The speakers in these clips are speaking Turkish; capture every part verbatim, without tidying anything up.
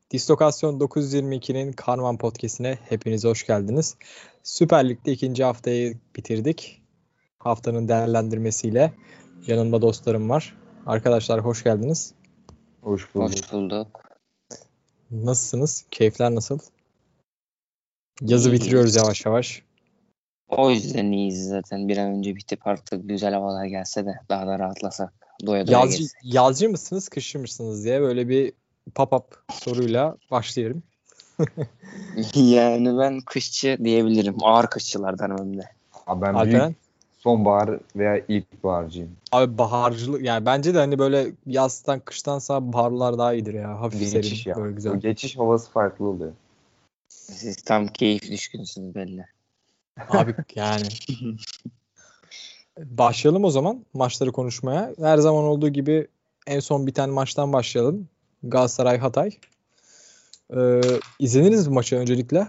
Distokasyon dokuz yüz yirmi ikinin Karman Podcast'ine hepiniz hoş geldiniz. Süper Lig'de ikinci haftayı bitirdik. Haftanın değerlendirmesiyle yanımda dostlarım var. Arkadaşlar hoş geldiniz. Hoş bulduk. Hoş bulduk. Nasılsınız? Keyifler nasıl? Yazı İyi. bitiriyoruz yavaş yavaş. O yüzden iyiyiz zaten. Bir an önce bitip artık güzel havalar gelse de daha da rahatlasak. Doya doya yazcı, yazcı mısınız, kışçı mısınız diye böyle bir pop-up soruyla başlayalım. Yani ben kışçı diyebilirim. Ağır kışçılardan hem de. Abi ben Alperen? büyük sonbahar veya ilkbaharcıyım. Abi baharcılık yani bence de hani böyle yazdan kıştansa baharlar daha iyidir ya. Hafif geçiş serin ya. böyle güzel. O geçiş havası farklı oluyor. Siz tam keyif düşkünsünüz belli. Abi yani. Başlayalım o zaman maçları konuşmaya. Her zaman olduğu gibi en son biten maçtan başlayalım. Galatasaray Hatay. Ee, izleniriz bu maçı öncelikle.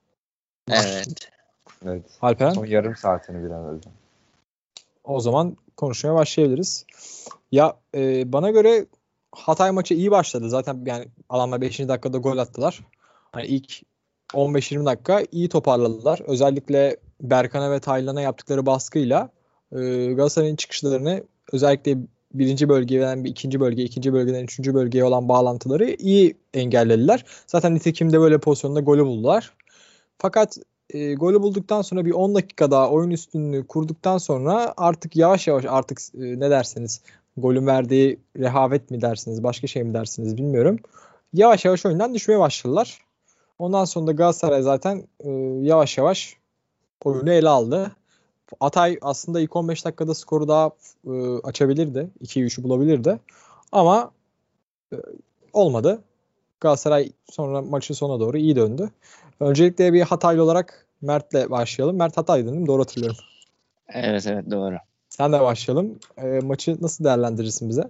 Evet. Evet. Alperen? Son yarım saatini bir an önce. O zaman konuşmaya başlayabiliriz. Ya e, bana göre Hatay maçı iyi başladı. Zaten yani adamlar beşinci dakikada gol attılar. Hani ilk on beş yirmi dakika iyi toparladılar. Özellikle Berkan'a ve Taylan'a yaptıkları baskıyla e, Galatasaray'ın çıkışlarını özellikle birinci bölgeden bir ikinci bölge, ikinci bölgeden üçüncü bölgeye olan bağlantıları iyi engellediler. Zaten nitekim de böyle pozisyonda golü buldular. Fakat e, golü bulduktan sonra bir on dakika daha oyun üstünlüğü kurduktan sonra artık yavaş yavaş artık e, ne derseniz golün verdiği rehavet mi dersiniz, başka şey mi dersiniz bilmiyorum. Yavaş yavaş oyundan düşmeye başladılar. Ondan sonra da Galatasaray zaten e, yavaş yavaş oyunu ele aldı. Hatay aslında ilk on beş dakikada skoru daha e, açabilirdi. ikiye üçü bulabilirdi. Ama e, olmadı. Galatasaray sonra maçın sonuna doğru iyi döndü. Öncelikle bir Hataylı olarak Mert'le başlayalım. Mert Hatay'dın değil mi? Doğru hatırlıyorum. Evet evet doğru. Sen de başlayalım. E, maçı nasıl değerlendirirsin bize?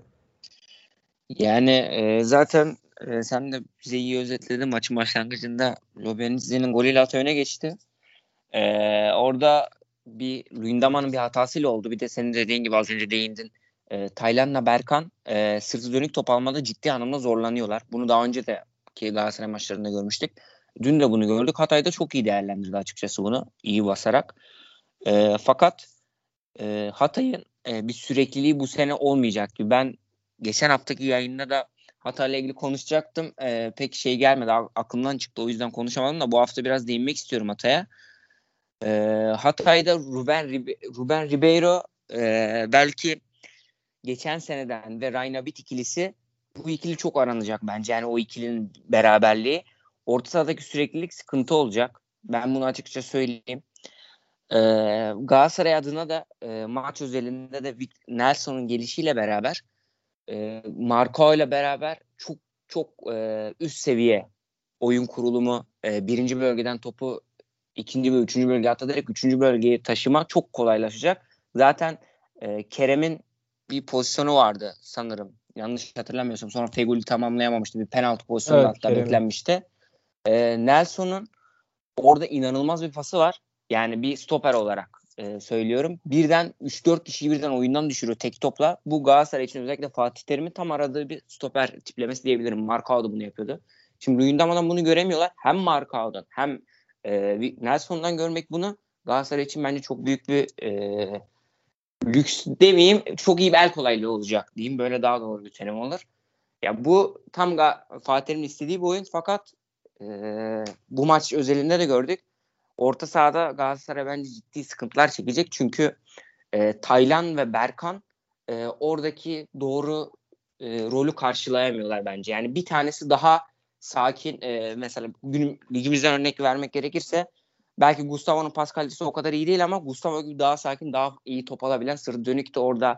Yani e, zaten e, sen de bize iyi özetledin. Maçın başlangıcında Lobenizi'nin golüyle Hatay öne geçti. E, orada bir Luyendama'nın bir hatasıyla oldu. Bir de senin dediğin gibi az önce değindin. E, Taylan'la Berkan e, sırtı dönük top almada ciddi anlamda zorlanıyorlar. Bunu daha önce de ki Galatasaray maçlarında görmüştük. Dün de bunu gördük. Hatay da çok iyi değerlendirdi açıkçası bunu. İyi basarak. E, fakat e, Hatay'ın e, bir sürekliliği bu sene olmayacak gibi. Ben geçen haftaki yayında da Hatay'la ilgili konuşacaktım. E, pek şey gelmedi. Aklımdan çıktı. O yüzden konuşamadım da bu hafta biraz değinmek istiyorum Hatay'a. E, Hatay'da Ruben, Ribe- Ruben Ribeiro e, belki geçen seneden ve Rayna Bit ikilisi bu ikili çok aranacak bence. Yani o ikilinin beraberliği. Orta sahadaki süreklilik sıkıntı olacak. Ben bunu açıkça söyleyeyim. Ee, Galatasaray adına da e, maç özelinde de Nelson'un gelişiyle beraber e, Marco ile beraber çok çok e, üst seviye oyun kurulumu e, birinci bölgeden topu ikinci ve üçüncü bölgeye hatta direkt üçüncü bölgeye taşıma çok kolaylaşacak. Zaten e, Kerem'in bir pozisyonu vardı sanırım. Yanlış hatırlamıyorsam. Sonra Feguli tamamlayamamıştı. Bir penaltı pozisyonu evet, hatta Kerem'in beklenmişti. E, Nelson'un orada inanılmaz bir pası var. Yani bir stoper olarak e, söylüyorum. Birden üç dört kişiyi birden oyundan düşürüyor tek topla. Bu Galatasaray için özellikle Fatih Terim'in tam aradığı bir stoper tiplemesi diyebilirim. Marcao da bunu yapıyordu. Şimdi Luyendama'dan bunu göremiyorlar. Hem Marcao'dan hem e, Nelson'dan görmek bunu Galatasaray için bence çok büyük bir e, lüks demeyeyim. Çok iyi bir el kolaylığı olacak diyeyim. Böyle daha doğru bir terim olur. Ya bu tam Ga- Fatih Terim'in istediği bir oyun fakat e, bu maç özelinde de gördük. Orta sahada Galatasaray bence ciddi sıkıntılar çekecek. Çünkü e, Taylan ve Berkan e, oradaki doğru e, rolü karşılayamıyorlar bence. Yani bir tanesi daha sakin. E, mesela bugün ligimizden örnek vermek gerekirse belki Gustavo'nun pas kalitesi o kadar iyi değil ama Gustavo gibi daha sakin, daha iyi top alabilen, sırtı dönük de orada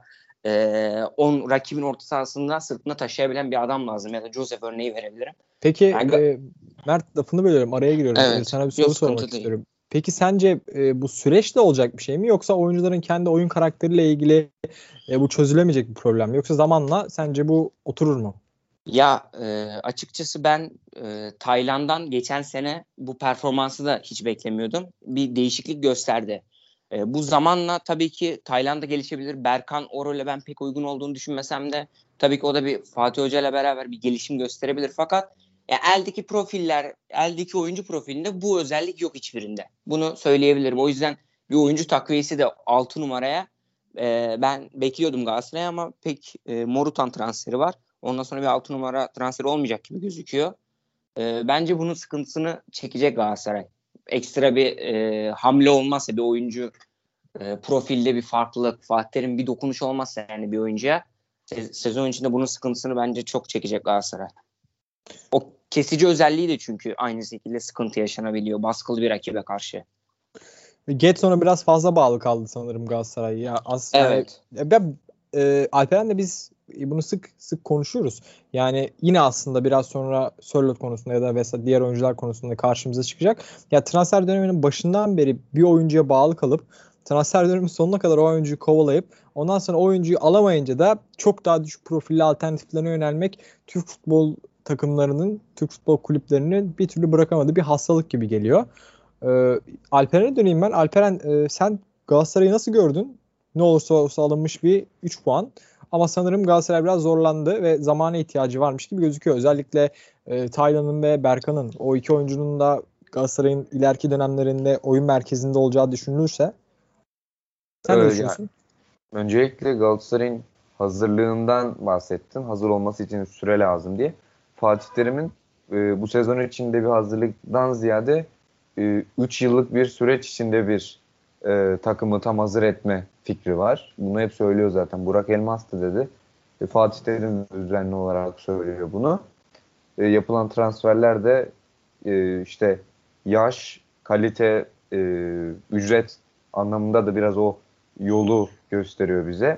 on rakibin orta sahasında sırtına taşıyabilen bir adam lazım. Ya da Joseph örneği verebilirim. Peki yani, e, Mert lafını bölüyorum. Araya giriyorum. Evet. E, sana bir soru Yok, sormak değil. istiyorum. Peki sence e, bu süreçte olacak bir şey mi? Yoksa oyuncuların kendi oyun karakteriyle ilgili e, bu çözülemeyecek bir problem mi? Yoksa zamanla sence bu oturur mu? Ya e, açıkçası ben e, Tayland'dan geçen sene bu performansı da hiç beklemiyordum. Bir değişiklik gösterdi. E, bu zamanla tabii ki Tayland'da gelişebilir. Berkan o role ben pek uygun olduğunu düşünmesem de tabii ki o da bir Fatih Hoca ile beraber bir gelişim gösterebilir. Fakat Ya eldeki profiller, eldeki oyuncu profilinde bu özellik yok hiçbirinde. Bunu söyleyebilirim. O yüzden bir oyuncu takviyesi de altı numaraya e, ben bekliyordum Galatasaray'a ama pek e, Morutan transferi var. Ondan sonra bir altı numara transferi olmayacak gibi gözüküyor. E, bence bunun sıkıntısını çekecek Galatasaray. Ekstra bir e, hamle olmazsa bir oyuncu e, profilde bir farklılık, Fatih Terim bir dokunuş olmazsa yani bir oyuncuya se- sezon içinde bunun sıkıntısını bence çok çekecek Galatasaray. O kesici özelliği de çünkü aynı şekilde sıkıntı yaşanabiliyor baskılı bir rakibe karşı. Getson'a biraz fazla bağlı kaldı sanırım Galatasaray. Ya as yani Evet. ya ben e, Alperen'le biz bunu sık sık konuşuyoruz. Yani yine aslında biraz sonra Sörloth konusunda ya da mesela diğer oyuncular konusunda karşımıza çıkacak. Ya transfer döneminin başından beri bir oyuncuya bağlı kalıp transfer döneminin sonuna kadar o oyuncuyu kovalayıp ondan sonra o oyuncuyu alamayınca da çok daha düşük profilli alternatiflerine yönelmek Türk futbol takımlarının, Türk futbol kulüplerinin bir türlü bırakamadığı bir hastalık gibi geliyor. Ee, Alperen'e döneyim ben. Alperen e, sen Galatasaray'ı nasıl gördün? Ne olursa olsa alınmış bir üç puan. Ama sanırım Galatasaray biraz zorlandı ve zamana ihtiyacı varmış gibi gözüküyor. Özellikle e, Taylan'ın ve Berkan'ın o iki oyuncunun da Galatasaray'ın ileriki dönemlerinde oyun merkezinde olacağı düşünülürse Ee, sen ne yani düşünüyorsun? öncelikle Galatasaray'ın hazırlığından bahsettin. Hazır olması için süre lazım diye. Fatih Terim'in e, bu sezon içinde bir hazırlıktan ziyade üç yıllık bir süreç içinde bir e, takımı tam hazır etme fikri var. Bunu hep söylüyor zaten. Burak Elmas da dedi. E, Fatih Terim düzenli olarak söylüyor bunu. E, yapılan transferler de e, işte yaş, kalite, e, ücret anlamında da biraz o yolu gösteriyor bize.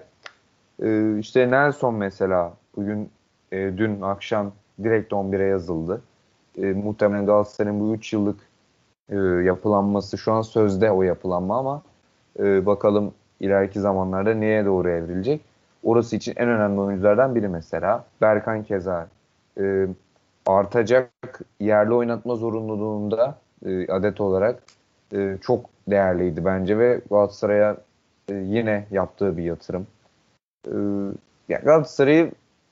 E, işte Nelson mesela bugün e, dün akşam direkt on bire yazıldı. E, muhtemelen Galatasaray'ın bu üç yıllık e, yapılanması şu an sözde o yapılanma ama e, bakalım ileriki zamanlarda neye doğru evrilecek. Orası için en önemli oyunculardan biri mesela. Berkan keza e, artacak yerli oynatma zorunluluğunda e, adet olarak e, çok değerliydi bence ve Galatasaray'a e, yine yaptığı bir yatırım. E, yani Galatasaray'ı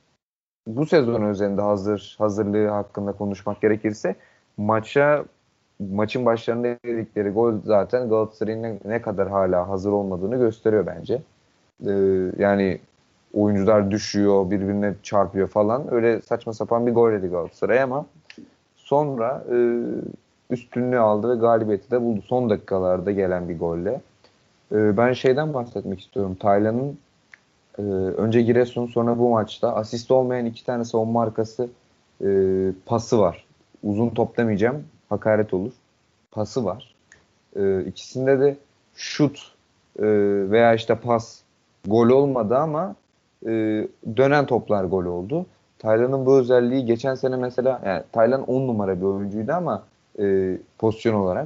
bu sezon üzerinde hazır hazırlığı hakkında konuşmak gerekirse maça maçın başlarında yedikleri gol zaten Galatasaray'ın ne, ne kadar hala hazır olmadığını gösteriyor bence. Ee, yani oyuncular düşüyor, birbirine çarpıyor falan. Öyle saçma sapan bir gol yedi Galatasaray ama sonra e, üstünlüğü aldı ve galibiyeti de buldu. Son dakikalarda gelen bir golle. Ee, ben şeyden bahsetmek istiyorum. Taylan'ın e, önce Giresun sonra bu maçta asist olmayan iki tane savunma arkası e, pası var. Uzun top demeyeceğim. Hakaret olur. Pası var. E, ikisinde de şut e, veya işte pas gol olmadı ama e, dönen toplar gol oldu. Taylan'ın bu özelliği geçen sene mesela yani Taylan on numara bir oyuncuydu ama e, pozisyon olarak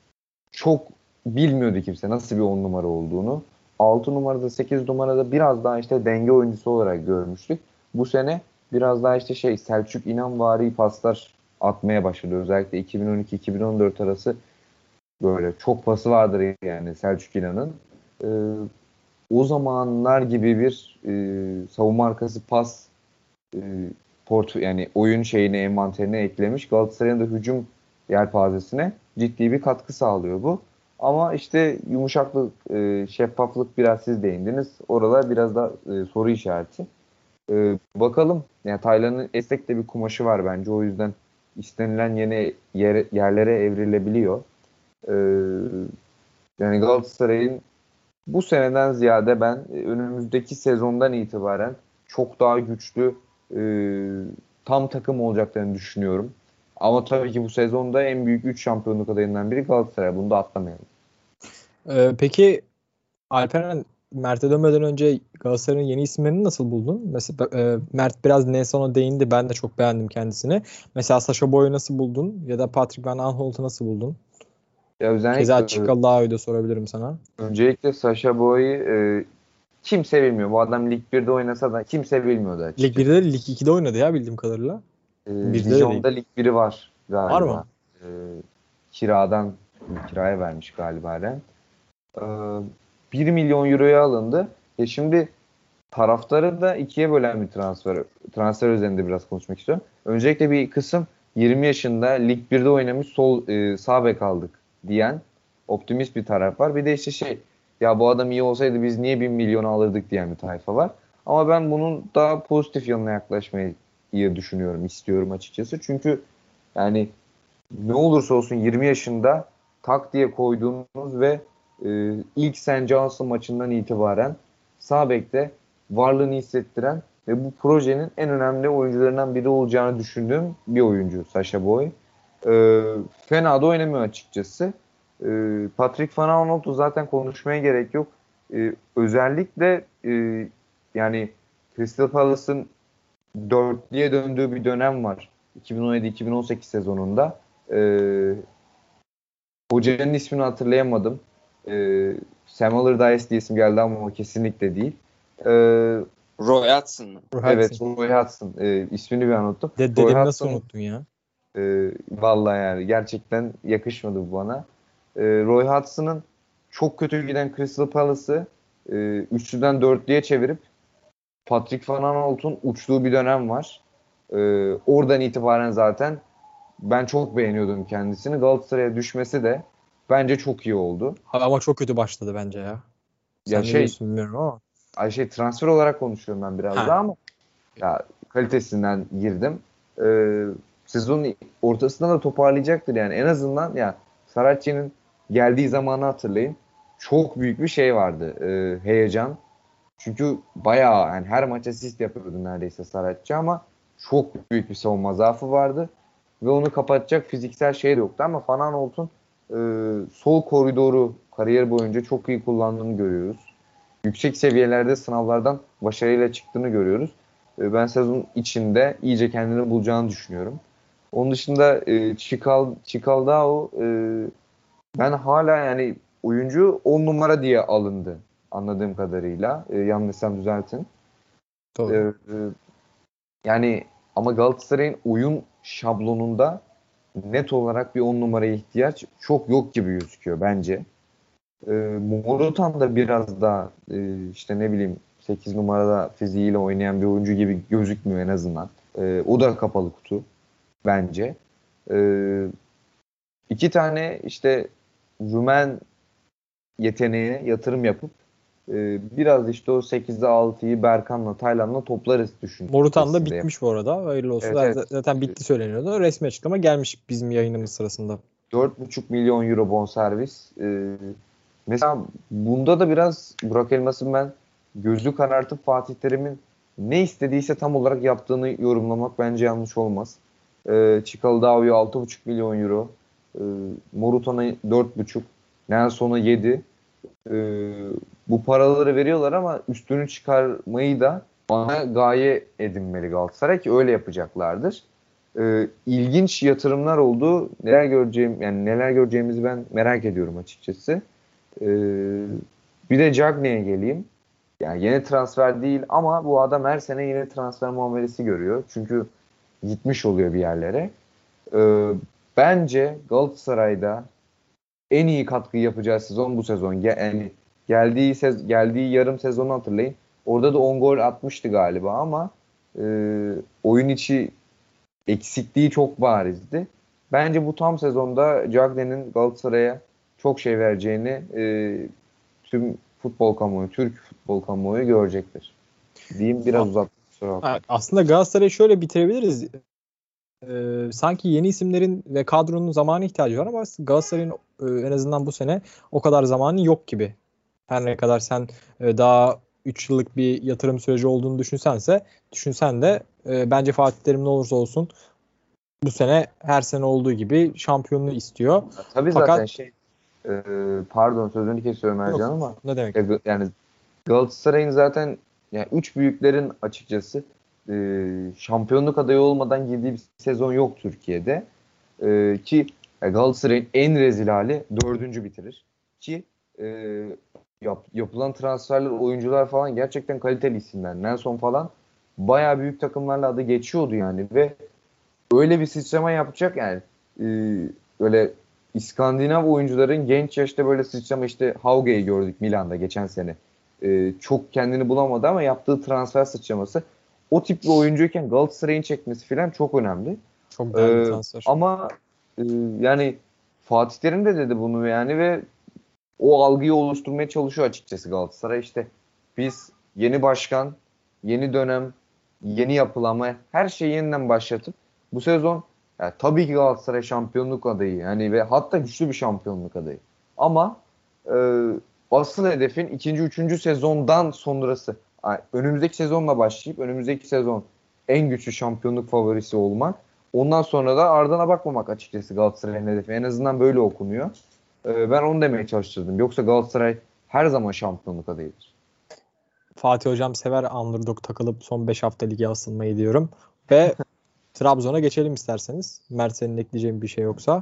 çok bilmiyordu kimse nasıl bir on numara olduğunu. altı numarada sekiz numarada biraz daha işte denge oyuncusu olarak görmüştük. Bu sene biraz daha işte şey Selçuk İnanvari paslar atmaya başladı. Özellikle iki bin on iki iki bin on dört arası böyle çok pası vardır yani Selçuk İnan'ın. Ee, o zamanlar gibi bir e, savunma arkası pas e, port yani oyun şeyine envanterine eklemiş. Galatasaray'ın da hücum yelpazesine ciddi bir katkı sağlıyor bu. Ama işte yumuşaklık, e, şeffaflık biraz siz değindiniz. Oralar biraz da e, soru işareti. E, bakalım. Yani Taylan'ın esnek de bir kumaşı var bence. O yüzden istenilen yeni yer, yerlere evrilebiliyor. E, yani Galatasaray'ın bu seneden ziyade ben e, önümüzdeki sezondan itibaren çok daha güçlü e, tam takım olacaklarını düşünüyorum. Ama tabii ki bu sezonda en büyük üç şampiyonluk adayından biri Galatasaray. Bunu da atlamayalım. Ee, peki Alperen, Mert'e dönmeden önce Galatasaray'ın yeni isimlerini nasıl buldun? Mesela e, Mert biraz Nelson'a değindi. Ben de çok beğendim kendisini. Mesela Sacha Boey'u nasıl buldun? Ya da Patrick Van Aanholt'u nasıl buldun? Ya Keza özellikle Çikalao'yu da sorabilirim sana. öncelikle Sacha Boey'i e, kimse bilmiyor. Bu adam Lig birde oynasa da kimse bilmiyordu Lig birde açıkçası. de Lig ikide oynadı ya bildiğim kadarıyla. E, birde de değil. Dijon'da Lig biri var Var galiba. mı? E, kiradan kiraya vermiş galiba Ren. E, bir milyon euroya alındı. E şimdi taraftarı da ikiye bölen bir transfer. Transfer üzerinde biraz konuşmak istiyorum. Öncelikle bir kısım yirmi yaşında Lig birde oynamış sol e, sağ bek aldık diyen optimist bir taraf var. Bir de işte şey ya bu adam iyi olsaydı biz niye bin milyon alırdık diyen bir tayfa var. Ama ben bunun daha pozitif yanına yaklaşmayı düşünüyorum, istiyorum açıkçası. Çünkü yani ne olursa olsun yirmi yaşında tak diye koyduğunuz ve e, ilk Saint Johnson maçından itibaren sağ bekte varlığını hissettiren ve bu projenin en önemli oyuncularından biri olacağını düşündüğüm bir oyuncu Sacha Boey. E, fena da oynamıyor açıkçası. E, Patrick Van Aanholt'u zaten konuşmaya gerek yok. E, özellikle e, yani Crystal Palace'ın dörtlüye döndüğü bir dönem var. iki bin on yedi iki bin on sekiz sezonunda. Ee, hocanın ismini hatırlayamadım. Ee, Sam Allardyce diye isim geldi ama o kesinlikle değil. Ee, Roy Hodgson mı? Roy evet, Hodgson. Roy Hodgson. Ee, ismini bir unuttum. De Roy dedemi nasıl Hodgson, unuttun ya? e, vallahi yani gerçekten yakışmadı bu bana. Ee, Roy Hodgson'ın çok kötü giden Crystal Palace'ı e, üçlüden dörtlüye çevirip Patrick Van Aanholt'un uçtuğu bir dönem var. Ee, oradan itibaren zaten ben çok beğeniyordum kendisini. Galatasaray'a düşmesi de bence çok iyi oldu. Abi ama çok kötü başladı bence ya. Ya Sen ne şey, diyorsun bilmiyorum ama. ay şey transfer olarak konuşuyorum ben biraz Ha. daha ama ya kalitesinden girdim. Ee, sezonun ortasında da toparlayacaktır yani. En azından ya Saracchi'nin geldiği zamanı hatırlayın. Çok büyük bir şey vardı. Ee, heyecan. Çünkü bayağı yani her maç asist yapıyordu neredeyse Saracchi ama çok büyük bir savunma zaafı vardı. Ve onu kapatacak fiziksel şey de yoktu ama Van Aanholt'un e, sol koridoru kariyer boyunca çok iyi kullandığını görüyoruz. Yüksek seviyelerde sınavlardan başarıyla çıktığını görüyoruz. E, ben sezon içinde iyice kendini bulacağını düşünüyorum. Onun dışında e, Çikal, Çikaldao e, ben hala yani oyuncu on numara diye alındı anladığım kadarıyla. E, yanlışsam düzeltin. E, Doğru. e, yani ama Galatasaray'ın oyun şablonunda net olarak bir on numaraya ihtiyaç çok yok gibi gözüküyor bence. E, Morutan da biraz daha e, işte ne bileyim sekiz numarada fiziğiyle oynayan bir oyuncu gibi gözükmüyor en azından. E, o da kapalı kutu bence. E, iki tane işte Rumen yeteneğe yatırım yapıp e, biraz işte o sekizde altıyı Berkan'la Taylan'la toplarız düşün. Morutan da Kesinlikle. bitmiş bu arada. Hayırlı olsun. Evet, Zaten, evet. zaten bitti söyleniyordu. Resmi açıklama gelmiş bizim yayınımız sırasında. dört buçuk milyon euro bonservis. Ee, mesela bunda da biraz Burak Elmas'ın ben gözü karartıp Fatih Terim'in ne istediyse tam olarak yaptığını yorumlamak bence yanlış olmaz. Ee, Çikaldağ'ı altı buçuk milyon euro. Ee, Morutan'a dört buçuk. Nelson'a yedi. Ee, bu paraları veriyorlar ama üstünü çıkarmayı da ana gaye edinmeli Galatasaray ki öyle yapacaklardır. Ee, ilginç yatırımlar oldu. Neler göreceğim yani neler göreceğimizi ben merak ediyorum açıkçası. Ee, bir de Cagney'e geleyim. Yani yeni transfer değil ama bu adam her sene yeni transfer muamelesi görüyor. Çünkü gitmiş oluyor bir yerlere. Ee, bence Galatasaray'da en iyi katkı yapacağı sezon bu sezon. Yani geldiği sez- geldiği yarım sezonu hatırlayın. Orada da on gol atmıştı galiba ama e, oyun içi eksikliği çok barizdi. Bence bu tam sezonda Cagney'in Galatasaray'a çok şey vereceğini e, tüm futbol kamuoyu, Türk futbol kamuoyu görecektir. Diyeyim biraz uzattım. kusura bakmayın. Aslında Galatasaray'ı şöyle bitirebiliriz. Ee, sanki yeni isimlerin ve kadronun zamanı ihtiyacı var ama Galatasaray'ın e, en azından bu sene o kadar zamanı yok gibi. Her ne kadar sen e, daha üç yıllık bir yatırım süreci olduğunu düşünsense, düşünsen de e, bence Fatih Terim ne olursa olsun bu sene her sene olduğu gibi şampiyonluğu istiyor. Tabii Fakat zaten şey e, pardon sözünü kesiyorum Ercan yok, ama ne demek? e, yani Galatasaray'ın zaten yani üç büyüklerin açıkçası e, şampiyonluk adayı olmadan girdiği bir sezon yok Türkiye'de. E, ki e, Galatasaray'ın en rezil hali dördüncü bitirir. Ki e, yap, yapılan transferler, oyuncular falan gerçekten kaliteli isimler. Nelson falan bayağı büyük takımlarla adı geçiyordu yani ve öyle bir sıçrama yapacak yani e, öyle İskandinav oyuncuların genç yaşta böyle sıçrama işte Hauge'yi gördük Milan'da geçen sene. E, çok kendini bulamadı ama yaptığı transfer sıçraması o tip bir oyuncuyken Galatasaray'ın çekmesi falan çok önemli. Çok değerli Ee, transfer. ama e, yani Fatih Terim de dedi bunu yani ve o algıyı oluşturmaya çalışıyor açıkçası Galatasaray. İşte biz yeni başkan, yeni dönem, yeni yapılanma, her şeyi yeniden başlatıp bu sezon yani tabii ki Galatasaray şampiyonluk adayı yani ve hatta güçlü bir şampiyonluk adayı. Ama e, asıl hedefin ikinci, üçüncü sezondan sonrası. Yani önümüzdeki sezonla başlayıp önümüzdeki sezon en güçlü şampiyonluk favorisi olmak. Ondan sonra da ardına bakmamak açıkçası Galatasaray'ın hedefi. En azından böyle okunuyor. Ee, ben onu demeye çalıştırdım. Yoksa Galatasaray her zaman şampiyonluk adayıdır. Fatih Hocam sever underdog takılıp son beş hafta lige asılmayı diyorum. Ve Trabzon'a geçelim isterseniz. Mert senin ekleyeceğin bir şey yoksa.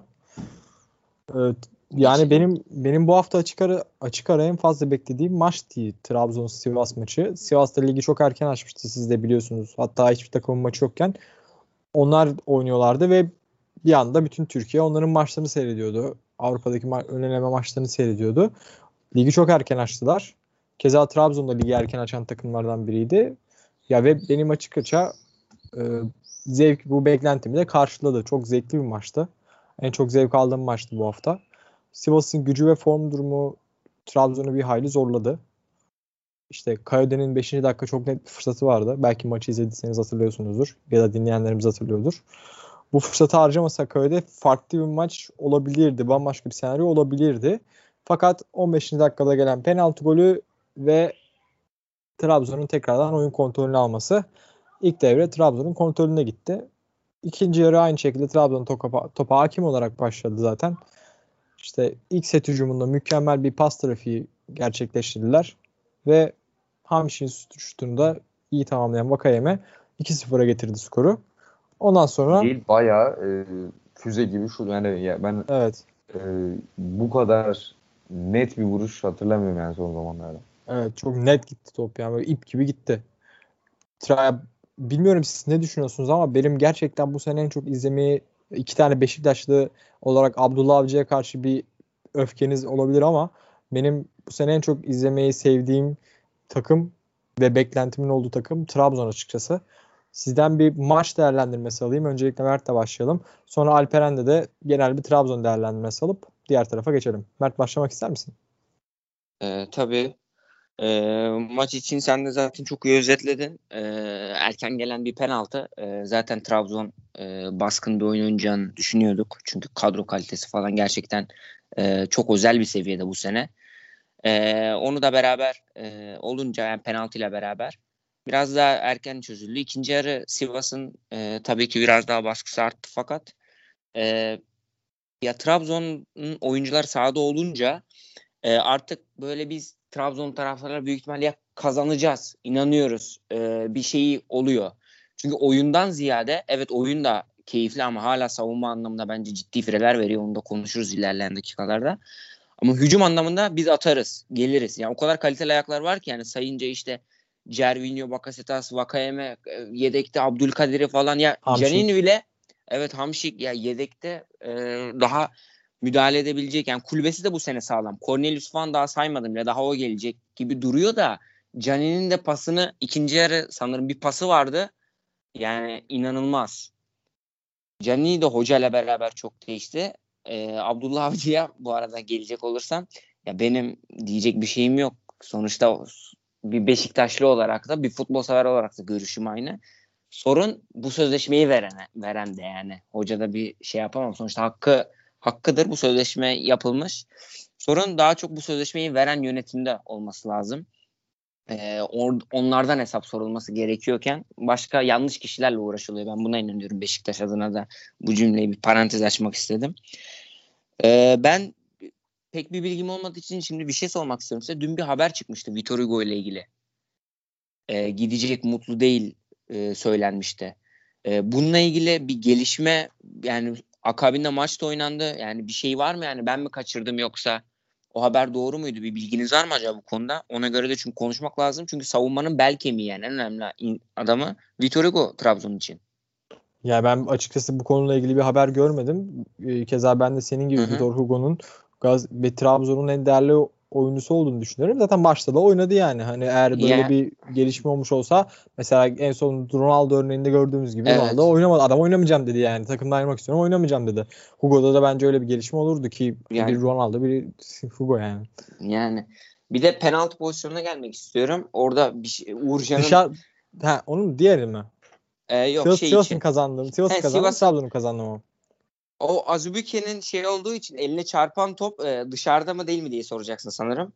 Evet, yani Geçelim. benim benim bu hafta açık ara açık ara en fazla beklediğim maçtı Trabzon Sivas maçı. Sivas'ta ligi çok erken açmıştı, siz de biliyorsunuz. Hatta hiçbir takımın maçı yokken onlar oynuyorlardı ve bir anda bütün Türkiye onların maçlarını seyrediyordu. Avrupa'daki ma- ön eleme maçlarını seyrediyordu. Ligi çok erken açtılar. Keza Trabzon da ligi erken açan takımlardan biriydi. Ya ve benim açık açığa e, zevk bu beklentimi de karşıladı. Çok zevkli bir maçtı. En çok zevk aldığım maçtı bu hafta. Sivas'ın gücü ve form durumu Trabzon'u bir hayli zorladı. İşte Kayode'nin beşinci dakika çok net bir fırsatı vardı. Belki maçı izlediyseniz hatırlıyorsunuzdur. Ya da dinleyenlerimiz hatırlıyordur. Bu fırsatı harcamasa Kayode farklı bir maç olabilirdi. Bambaşka bir senaryo olabilirdi. Fakat on beşinci dakikada gelen penaltı golü ve Trabzon'un tekrardan oyun kontrolünü alması ilk devre Trabzon'un kontrolüne gitti. İkinci yarı aynı şekilde Trabzon topa, topa hakim olarak başladı zaten. İşte ilk set hücumunda mükemmel bir pas trafiği gerçekleştirdiler. Ve Hamşik'in şutunu da iyi tamamlayan Vakayeme iki sıfıra getirdi skoru. Ondan sonra Değil bayağı e, füze gibi şu yani ya ben evet. e, bu kadar net bir vuruş hatırlamıyorum yani son zamanlarda. Evet, çok net gitti top yani, böyle ip gibi gitti. Tra Bilmiyorum siz ne düşünüyorsunuz ama benim gerçekten bu sene en çok izlemeyi, iki tane Beşiktaşlı olarak Abdullah Avcı'ya karşı bir öfkeniz olabilir ama benim bu sene en çok izlemeyi sevdiğim takım ve beklentimin olduğu takım Trabzon açıkçası. Sizden bir maç değerlendirmesi alayım. Öncelikle Mert'le başlayalım. Sonra Alperen'de de genel bir Trabzon değerlendirmesi alıp diğer tarafa geçelim. Mert, başlamak ister misin? Ee, tabii. Ee, maç için sen de zaten çok iyi özetledin. Ee, erken gelen bir penaltı. Ee, zaten Trabzon e, baskın bir oyun oynayacağını düşünüyorduk. Çünkü kadro kalitesi falan gerçekten e, çok özel bir seviyede bu sene. Ee, onu da beraber e, olunca yani penaltıyla beraber biraz daha erken çözüldü. İkinci yarı Sivas'ın e, tabii ki biraz daha baskısı arttı fakat e, ya Trabzon'un oyuncular sahada olunca e, artık böyle biz Trabzon taraftarları büyük ihtimalle ya kazanacağız, inanıyoruz, e, bir şeyi oluyor. Çünkü oyundan ziyade evet oyun da keyifli ama hala savunma anlamında bence ciddi fireler veriyor. Onu da konuşuruz ilerleyen dakikalarda. Ama hücum anlamında biz atarız, geliriz. Yani o kadar kaliteli ayaklar var ki yani sayınca işte Cervinho, Bakasetas, Vakayeme, e, yedekte Abdülkadir'i falan ya Hamşik. Canini bile evet Hamşik ya yedekte e, daha müdahale edebilecek. Yani kulübesi de bu sene sağlam. Cornelius falan daha saymadım ya daha o gelecek gibi duruyor da Canini'nin de pasını ikinci yarı sanırım bir pası vardı. Yani inanılmaz. Canini de hocayla beraber çok değişti. Ee, Abdullah Avcı'ya bu arada gelecek olursam ya benim diyecek bir şeyim yok. Sonuçta bir Beşiktaşlı olarak da bir futbol sever olarak da görüşüm aynı. Sorun bu sözleşmeyi verene, veren de yani. Hoca da bir şey yapamam. Sonuçta hakkı hakkıdır bu sözleşme yapılmış. Sorun daha çok bu sözleşmeyi veren yönetimde olması lazım. Ee, or, onlardan hesap sorulması gerekiyorken başka yanlış kişilerle uğraşılıyor. Ben buna inanıyorum. Beşiktaş adına da bu cümleyi bir parantez açmak istedim. Ee, ben pek bir bilgim olmadığı için şimdi bir şey sormak istiyorum size. Dün bir haber çıkmıştı Vitor Hugo ile ilgili. Ee, gidecek, mutlu değil e, söylenmişti. Ee, bununla ilgili bir gelişme yani akabinde maç da oynandı. Yani bir şey var mı yani ben mi kaçırdım yoksa o haber doğru muydu? Bir bilginiz var mı acaba bu konuda? Ona göre de çünkü konuşmak lazım. Çünkü savunmanın bel kemiği yani en önemli adamı Vitor Hugo Trabzon için. Yani ben açıkçası bu konuyla ilgili bir haber görmedim. Ee, Keza ben de senin Hı gibi hı. Vitor Hugo'nun Gaz ve Trabzon'un en değerli oyuncusu olduğunu düşünüyorum. Zaten maçta da oynadı yani. Hani eğer böyle Ya, bir gelişme olmuş olsa mesela en son Ronaldo örneğinde gördüğümüz gibi evet. Ronaldo oynamadı. Adam oynamayacağım dedi yani. Takımda ayrılmak istiyorum, oynamayacağım dedi. Hugo'da da bence öyle bir gelişme olurdu ki Yani- bir Ronaldo bir Hugo yani. Yani bir de penaltı pozisyonuna gelmek istiyorum. Orada bir şey, Uğurcan'ın Dışarı ha, onun diğeri mi? e, yok Sivas, şey Sivas'ın için. kazandığını, Sivas'ın He, kazandığını, Sivas'ın Trabzon'un kazandığını mı? o Azubuike'nin şey olduğu için eline çarpan top e, dışarıda mı değil mi diye soracaksın sanırım.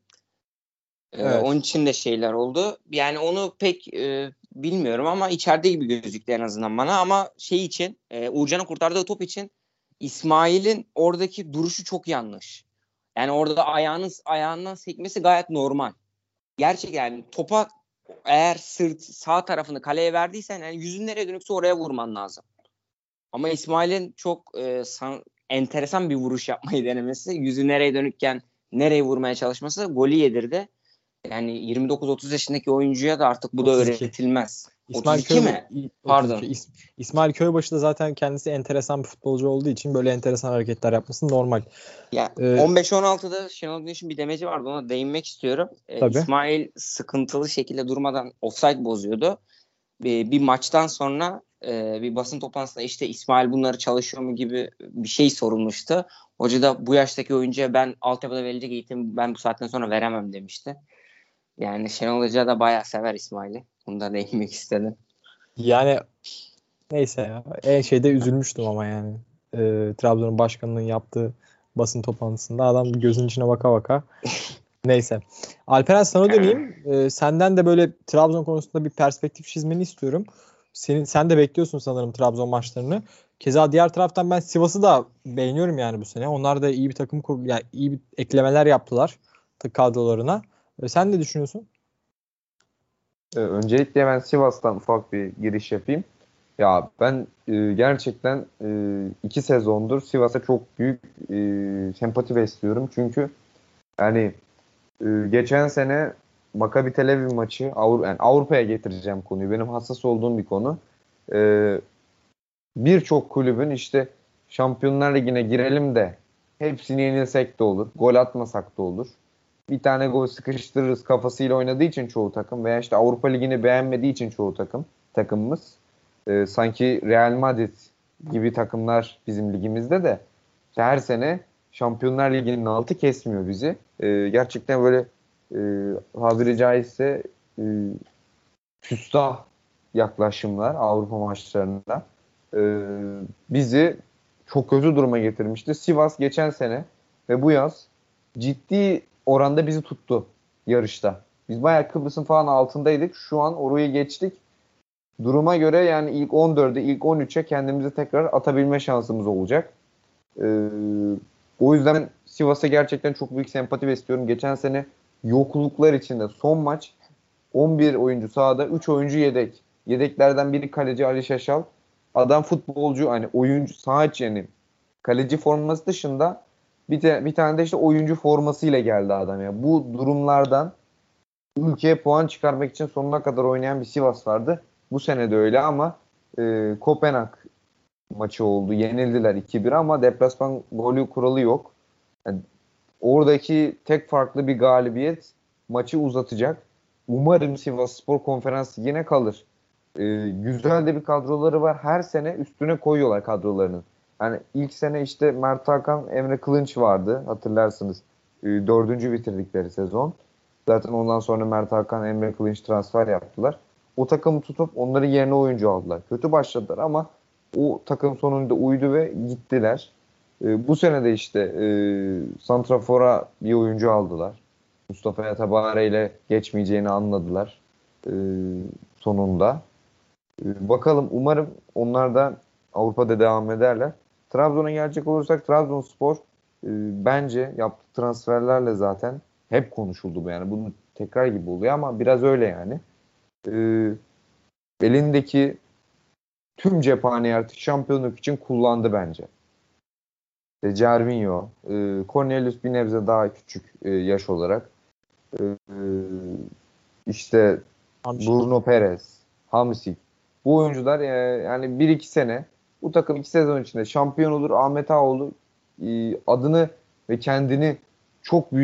E, Evet. onun için de şeyler oldu. Yani onu pek e, bilmiyorum ama içeride gibi gözüktü en azından bana. Ama şey için e, Uğurcan'ın kurtardığı top için İsmail'in oradaki duruşu çok yanlış. Yani orada ayağının ayağından sekmesi gayet normal. Gerçekten yani topa eğer sırt sağ tarafını kaleye verdiysen yani yüzün nereye dönükse oraya vurman lazım. Ama İsmail'in çok e, san, enteresan bir vuruş yapmayı denemesi, yüzü nereye dönükken nereye vurmaya çalışması golü yedirdi. Yani yirmi dokuz otuz yaşındaki oyuncuya da artık bu da otuz iki. öğretilmez. İsmail otuz iki Köy mi? otuz iki. Pardon. İs- İsmail Köybaşı da zaten kendisi enteresan bir futbolcu olduğu için böyle enteresan hareketler yapması normal. Ya Ee, on beş on altıda Şenol Güneş'in bir demeci vardı, ona değinmek istiyorum. Ee, tabii. İsmail sıkıntılı şekilde durmadan offside bozuyordu. Bir, bir maçtan sonra e, bir basın toplantısında işte İsmail bunları çalışıyor mu gibi bir şey sorulmuştu. Hoca da bu yaştaki oyuncuya ben altyapıda verilecek eğitim ben bu saatten sonra veremem demişti. Yani Şenol Hoca da bayağı sever İsmail'i. Bunu da değinmek istedim. Yani neyse ya. En şeyde üzülmüştüm ama yani. Ee, Trabzon'un başkanının yaptığı basın toplantısında adam gözün içine baka baka. Neyse. Alperen sana döneyim. Ee, senden de böyle Trabzon konusunda bir perspektif çizmeni istiyorum. Senin, sen de bekliyorsun sanırım Trabzon maçlarını. Keza diğer taraftan ben Sivas'ı da beğeniyorum yani bu sene. Onlar da iyi bir takım kur, yani iyi bir eklemeler yaptılar kadrolarına. Ee, sen ne düşünüyorsun? Ee, öncelikle ben Sivas'tan ufak bir giriş yapayım. Ya ben e, gerçekten e, iki sezondur Sivas'a çok büyük e, sempati besliyorum. Çünkü yani e, geçen sene Maccabi Tel Aviv maçı Avru yani Avrupa'ya getireceğim konuyu. Benim hassas olduğum bir konu. E, Birçok kulübün işte Şampiyonlar Ligi'ne girelim de hepsini yenilsek de olur. Gol atmasak da olur. Bir tane gol sıkıştırırız kafasıyla oynadığı için çoğu takım veya işte Avrupa Ligi'ni beğenmediği için çoğu takım takımımız e, sanki Real Madrid gibi takımlar bizim ligimizde de işte her sene Şampiyonlar Ligi'nin altı kesmiyor bizi. E, gerçekten böyle e, tabiri caizse e, küstah yaklaşımlar Avrupa maçlarında e, bizi çok kötü duruma getirmişti. Sivas geçen sene ve bu yaz ciddi oranda bizi tuttu yarışta. Biz bayağı Kıbrıs'ın falan altındaydık. Şu an orayı geçtik. Duruma göre yani ilk on dörde, ilk on üçe kendimizi tekrar atabilme şansımız olacak. Ee, O yüzden Sivas'a gerçekten çok büyük sempati besliyorum. Geçen sene yokluklar içinde son maç on bir oyuncu sahada, üç oyuncu yedek. Yedeklerden biri kaleci Ali Şaşal. Adam futbolcu hani oyuncu saha içi yani kaleci forması dışında bir, te, bir tane de işte oyuncu formasıyla geldi adam ya. Bu durumlardan ülkeye puan çıkarmak için sonuna kadar oynayan bir Sivas vardı. Bu sene de öyle ama e, Kopenhag maçı oldu. Yenildiler iki bir ama deplasman golü kuralı yok. Yani oradaki tek farklı bir galibiyet maçı uzatacak. Umarım Sivasspor Konferans yine kalır. Ee, güzel de bir kadroları var. Her sene üstüne koyuyorlar kadrolarının. Yani ilk sene işte Mert Hakan, Emre Kılınç vardı. Hatırlarsınız. Ee, dördüncü bitirdikleri sezon. Zaten ondan sonra Mert Hakan, Emre Kılınç transfer yaptılar. O takımı tutup onların yerine oyuncu aldılar. Kötü başladılar ama o takım sonunda uydu ve gittiler. E, bu sene de işte e, Santrafor'a bir oyuncu aldılar. Mustafa Yatabare ile geçmeyeceğini anladılar e, sonunda. E, bakalım umarım onlar da Avrupa'da devam ederler. Trabzon'a gelecek olursak Trabzonspor e, bence yaptığı transferlerle zaten hep konuşuldu bu yani. Bunu tekrar gibi oluyor ama biraz öyle yani. E, Elindeki tüm cephaneyi artık şampiyonluk için kullandı bence. E, Cervinho, e, Cornelius bir nebze daha küçük e, yaş olarak. E, e, işte Hamşik. Bruno Perez, Hamsik. Bu oyuncular e, yani bir iki sene bu takım iki sezon içinde şampiyon olur. Ahmet Ağaoğlu e, adını ve kendini çok büyük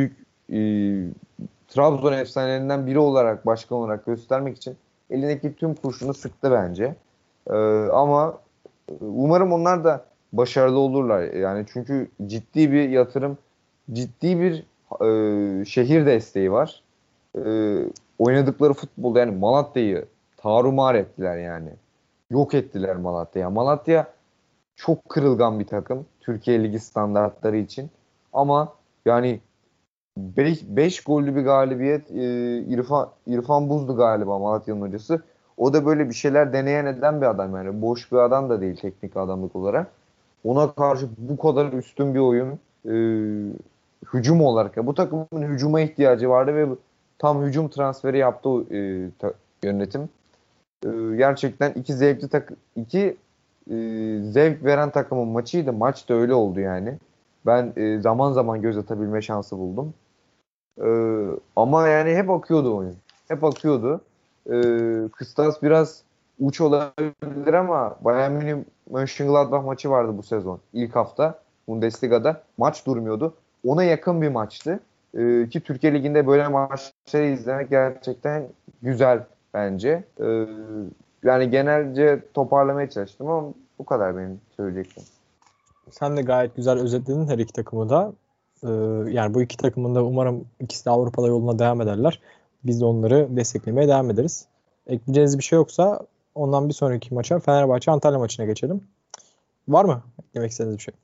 e, Trabzon efsanelerinden biri olarak, başkan olarak göstermek için elindeki tüm kurşunu sıktı bence. E, ama umarım onlar da başarılı olurlar. Yani çünkü ciddi bir yatırım, ciddi bir e, şehir desteği var. E, oynadıkları futbol, yani Malatya'yı tarumar ettiler yani. Yok ettiler Malatya'ya. Malatya çok kırılgan bir takım Türkiye Ligi standartları için. Ama yani beş gollü bir galibiyet, e, İrfan, İrfan Buz'du galiba Malatya'nın hocası. O da böyle bir şeyler deneyen eden bir adam yani. Boş bir adam da değil teknik adamlık olarak. Ona karşı bu kadar üstün bir oyun, e, hücum olarak. Ya, bu takımın hücuma ihtiyacı vardı ve tam hücum transferi yaptı e, ta, yönetim. E, gerçekten iki zevkli tak iki e, zevk veren takımın maçıydı. Maç da öyle oldu yani. Ben e, zaman zaman göz atabilme şansı buldum. E, ama yani hep akıyordu oyun. Hep akıyordu. E, kıstas biraz uç olabilir ama Bayern Münih Mönchengladbach maçı vardı bu sezon. İlk hafta Bundesliga'da. Maç durmuyordu. Ona yakın bir maçtı. E, ki Türkiye Ligi'nde böyle maçları izlemek gerçekten güzel bence. E, yani genelce toparlamaya çalıştım ama bu kadar benim söyleyeceklerim. Sen de gayet güzel özetledin her iki takımı da. Ee, yani bu iki takımın da umarım ikisi de Avrupa'da yoluna devam ederler. Biz de onları desteklemeye devam ederiz. Ekleyeceğiniz bir şey yoksa ondan bir sonraki maça Fenerbahçe Antalya maçına geçelim. Var mı eklemek istediğiniz bir şey?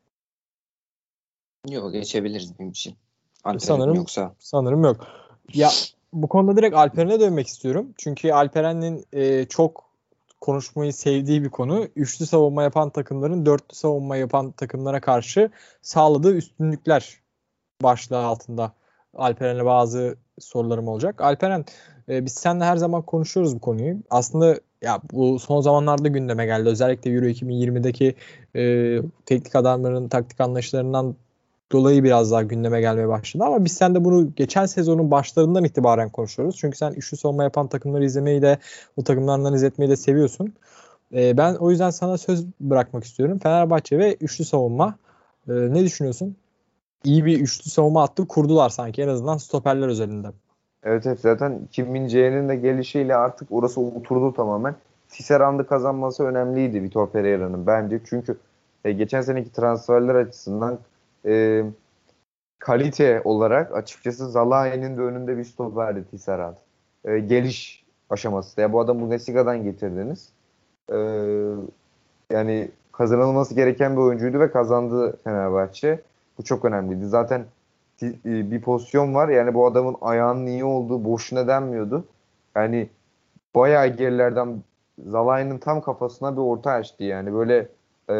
Yok, geçebiliriz benim için. Antrenör Sanırım yoksa. sanırım yok. Ya bu konuda direkt Alperen'e dönmek istiyorum. Çünkü Alperen'in e, çok konuşmayı sevdiği bir konu. Üçlü savunma yapan takımların dörtlü savunma yapan takımlara karşı sağladığı üstünlükler başlığı altında Alperen'e bazı sorularım olacak. Alperen, e, biz seninle her zaman konuşuyoruz bu konuyu. Aslında ya bu son zamanlarda gündeme geldi. Özellikle Euro iki bin yirmideki e, teknik adamların taktik anlayışlarından dolayı biraz daha gündeme gelmeye başladı. Ama biz seninle bunu geçen sezonun başlarından itibaren konuşuyoruz. Çünkü sen üçlü savunma yapan takımları izlemeyi de o takımlardan izletmeyi de seviyorsun. E, ben o yüzden sana söz bırakmak istiyorum. Fenerbahçe ve üçlü savunma. E, ne düşünüyorsun? İyi bir üçlü savunma hattı kurdular sanki, en azından stoperler özelinde. Evet, evet, zaten Kim Min-jae'nin de gelişiyle artık orası oturdu tamamen. Tisserand'ı kazanması önemliydi Vitor Pereira'nın bence. Çünkü e, geçen seneki transferler açısından e, kalite olarak açıkçası Zalai'nin de önünde bir stoperdi Tisserand. E, geliş aşaması. Ya bu adamı Bundesliga'dan getirdiniz. E, yani kazanılması gereken bir oyuncuydu ve kazandı Fenerbahçe. Bu çok önemliydi. Zaten bir pozisyon var. Yani bu adamın ayağının iyi olduğu boşuna denmiyordu. Yani bayağı gerilerden Zalai'nin tam kafasına bir orta açtı. Yani böyle e,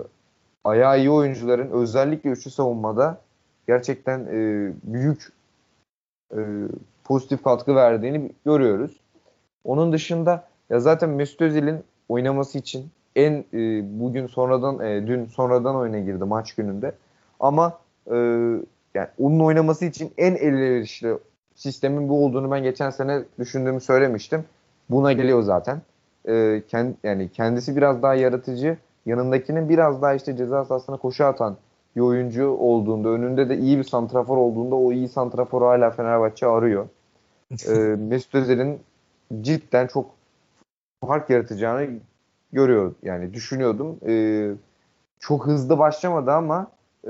ayağı iyi oyuncuların özellikle üçlü savunmada gerçekten e, büyük e, pozitif katkı verdiğini görüyoruz. Onun dışında ya zaten Mesut Özil'in oynaması için en e, bugün sonradan e, dün sonradan oyuna girdi maç gününde. Ama e, yani onun oynaması için en elverişli sistemin bu olduğunu ben geçen sene düşündüğümü söylemiştim. Buna geliyor zaten. E, kend, yani kendisi biraz daha yaratıcı, yanındakinin biraz daha işte ceza sahasına koşu atan bir oyuncu olduğunda, önünde de iyi bir santrafor olduğunda o iyi santraforu hala Fenerbahçe arıyor. E, Mesut Özil'in cidden çok fark yaratacağını görüyor yani düşünüyordum. E, çok hızlı başlamadı ama e,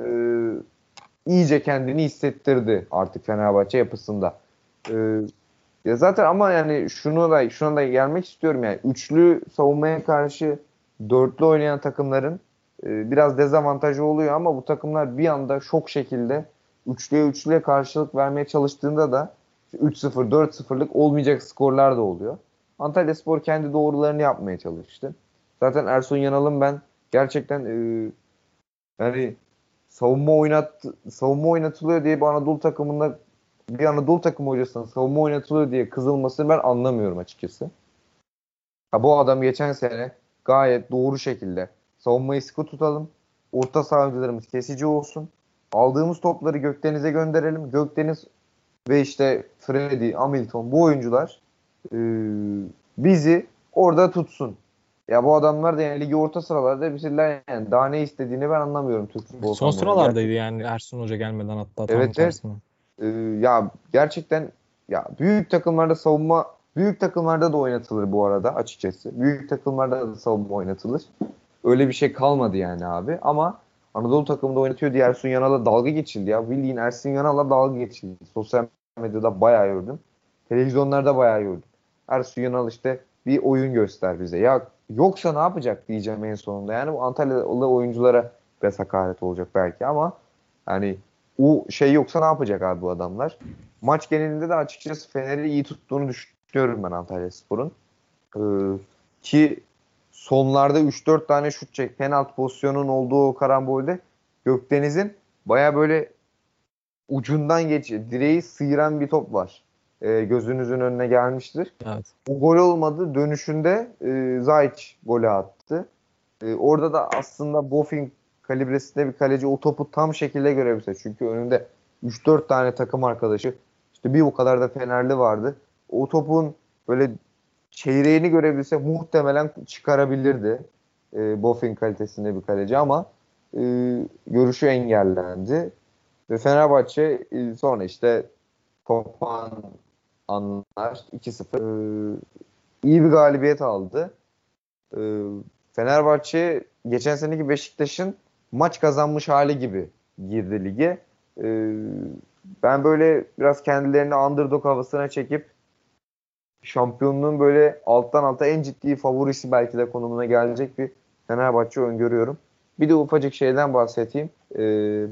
iyice kendini hissettirdi artık Fenerbahçe yapısında. Ee, ya zaten ama yani şunu da şuna da gelmek istiyorum yani üçlü savunmaya karşı dörtlü oynayan takımların e, biraz dezavantajı oluyor ama bu takımlar bir anda şok şekilde üçlüye üçlüye karşılık vermeye çalıştığında da üç sıfır dört sıfırlık olmayacak skorlar da oluyor. Antalyaspor kendi doğrularını yapmaya çalıştı. Zaten Ersun Yanal'ın ben gerçekten e, yani savunma oynat savunma oynatılıyor diye bir Anadolu takımında bir Anadolu takımı hocasının savunma oynatılıyor diye kızılmasını ben anlamıyorum açıkçası. Ha, bu adam geçen sene gayet doğru şekilde savunmayı sıkı tutalım. Orta sahancılarımız kesici olsun. Aldığımız topları Gökdeniz'e gönderelim. Gökdeniz ve işte Freddy, Hamilton bu oyuncular e, bizi orada tutsun. Ya bu adamlar da yani ligi orta sıralarda bitirdiler yani. Daha ne istediğini ben anlamıyorum Türk futbol Son takımlarının. sıralardaydı Gerçekten. yani Ersun Hoca gelmeden, hatta tam Evet, evet. tersine. Ee, ya gerçekten ya büyük takımlarda savunma büyük takımlarda da oynatılır bu arada açıkçası. Büyük takımlarda da savunma oynatılır. Öyle bir şey kalmadı yani abi. Ama Anadolu takımında oynatıyor diye Ersun Yanal'a dalga geçildi ya. Bildiğin Ersun Yanal'a dalga geçildi. Sosyal medyada bayağı gördüm. Televizyonlarda bayağı gördüm. Ersun Yanal işte bir oyun göster bize. Ya yoksa ne yapacak diyeceğim en sonunda. Yani bu Antalyalı oyunculara biraz hakaret olacak belki ama hani o şey yoksa ne yapacak abi bu adamlar? Maç genelinde de açıkçası Fener'i iyi tuttuğunu düşünüyorum ben Antalyaspor'un. Ee, ki sonlarda üç dört tane şut çek, penaltı pozisyonunun olduğu o karambolde Gökdeniz'in baya böyle ucundan geç, direği sıyıran bir top var. Ee, gözünüzün önüne gelmiştir. Evet. O gol olmadı. Dönüşünde e, Zayç golü attı. E, orada da aslında Boffin kalibresinde bir kaleci o topu tam şekilde görebilse. Çünkü önünde üç dört tane takım arkadaşı, işte bir o kadar da Fenerli vardı. O topun böyle çeyreğini görebilse muhtemelen çıkarabilirdi. E, Boffin kalitesinde bir kaleci ama e, görüşü engellendi. Ve Fenerbahçe e, sonra işte Kopan anlar iki sıfır e, iyi bir galibiyet aldı. E, Fenerbahçe geçen seneki Beşiktaş'ın maç kazanmış hali gibi girdi lige. E, ben böyle biraz kendilerini underdog havasına çekip şampiyonluğun böyle alttan alta en ciddi favorisi belki de konumuna gelecek bir Fenerbahçe öngörüyorum. Bir de ufacık şeyden bahsedeyim. Ee,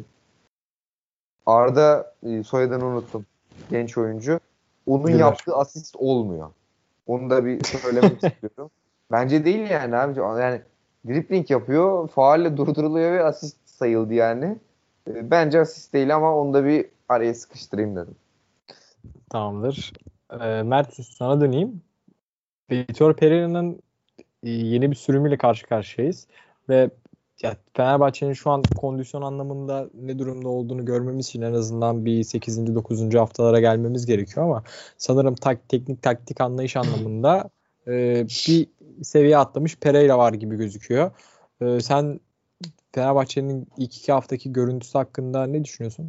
Arda e, soyadını unuttum. Genç oyuncu. Onun Güler. yaptığı asist olmuyor. Onu da bir söylemek istiyorum. Bence değil yani abi. Yani dribbling yapıyor, faulle durduruluyor ve asist sayıldı yani. Ee, bence asist değil ama onu da bir araya sıkıştırayım dedim. Tamamdır. Ee, Mert sana döneyim. Vitor Pereira'nın e, yeni bir sürümüyle karşı karşıyayız. Ve ya, Fenerbahçe'nin şu an kondisyon anlamında ne durumda olduğunu görmemiz için en azından bir sekizinci dokuzuncu haftalara gelmemiz gerekiyor ama sanırım tak, teknik taktik anlayış anlamında e, bir seviye atlamış Pereira var gibi gözüküyor. E, sen Fenerbahçe'nin ilk iki haftaki görüntüsü hakkında ne düşünüyorsun?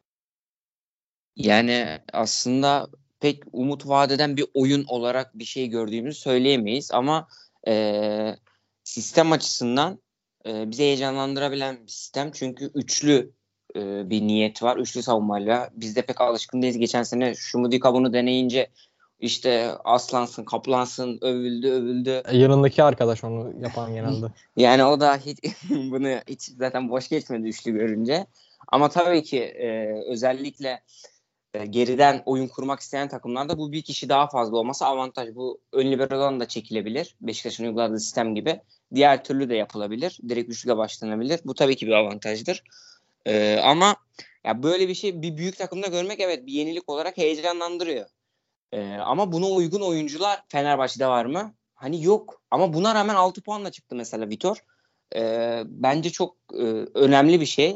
Yani aslında pek umut vadeden bir oyun olarak bir şey gördüğümüzü söyleyemeyiz ama e, sistem açısından e, bizi heyecanlandırabilen bir sistem. Çünkü üçlü e, bir niyet var. Üçlü savunmayla. Biz de pek alışkın değiliz. Geçen sene Şumudika bunu deneyince işte aslansın, kaplansın, övüldü, övüldü. E, yanındaki arkadaş onu yapan genelde. Yani o da hiç bunu hiç zaten boş geçmedi üçlü görünce. Ama tabii ki e, özellikle e, geriden oyun kurmak isteyen takımlarda bu bir kişi daha fazla olması avantaj. Bu ön libero'dan da çekilebilir. Beşiktaş'ın uyguladığı sistem gibi. Diğer türlü de yapılabilir. Direkt üçlüyle başlanabilir. Bu tabii ki bir avantajdır. E, ama ya böyle bir şey bir büyük takımda görmek evet bir yenilik olarak heyecanlandırıyor. E, ama buna uygun oyuncular Fenerbahçe'de var mı? Hani yok. Ama buna rağmen altı puanla çıktı mesela Vitor. E, bence çok e, önemli bir şey.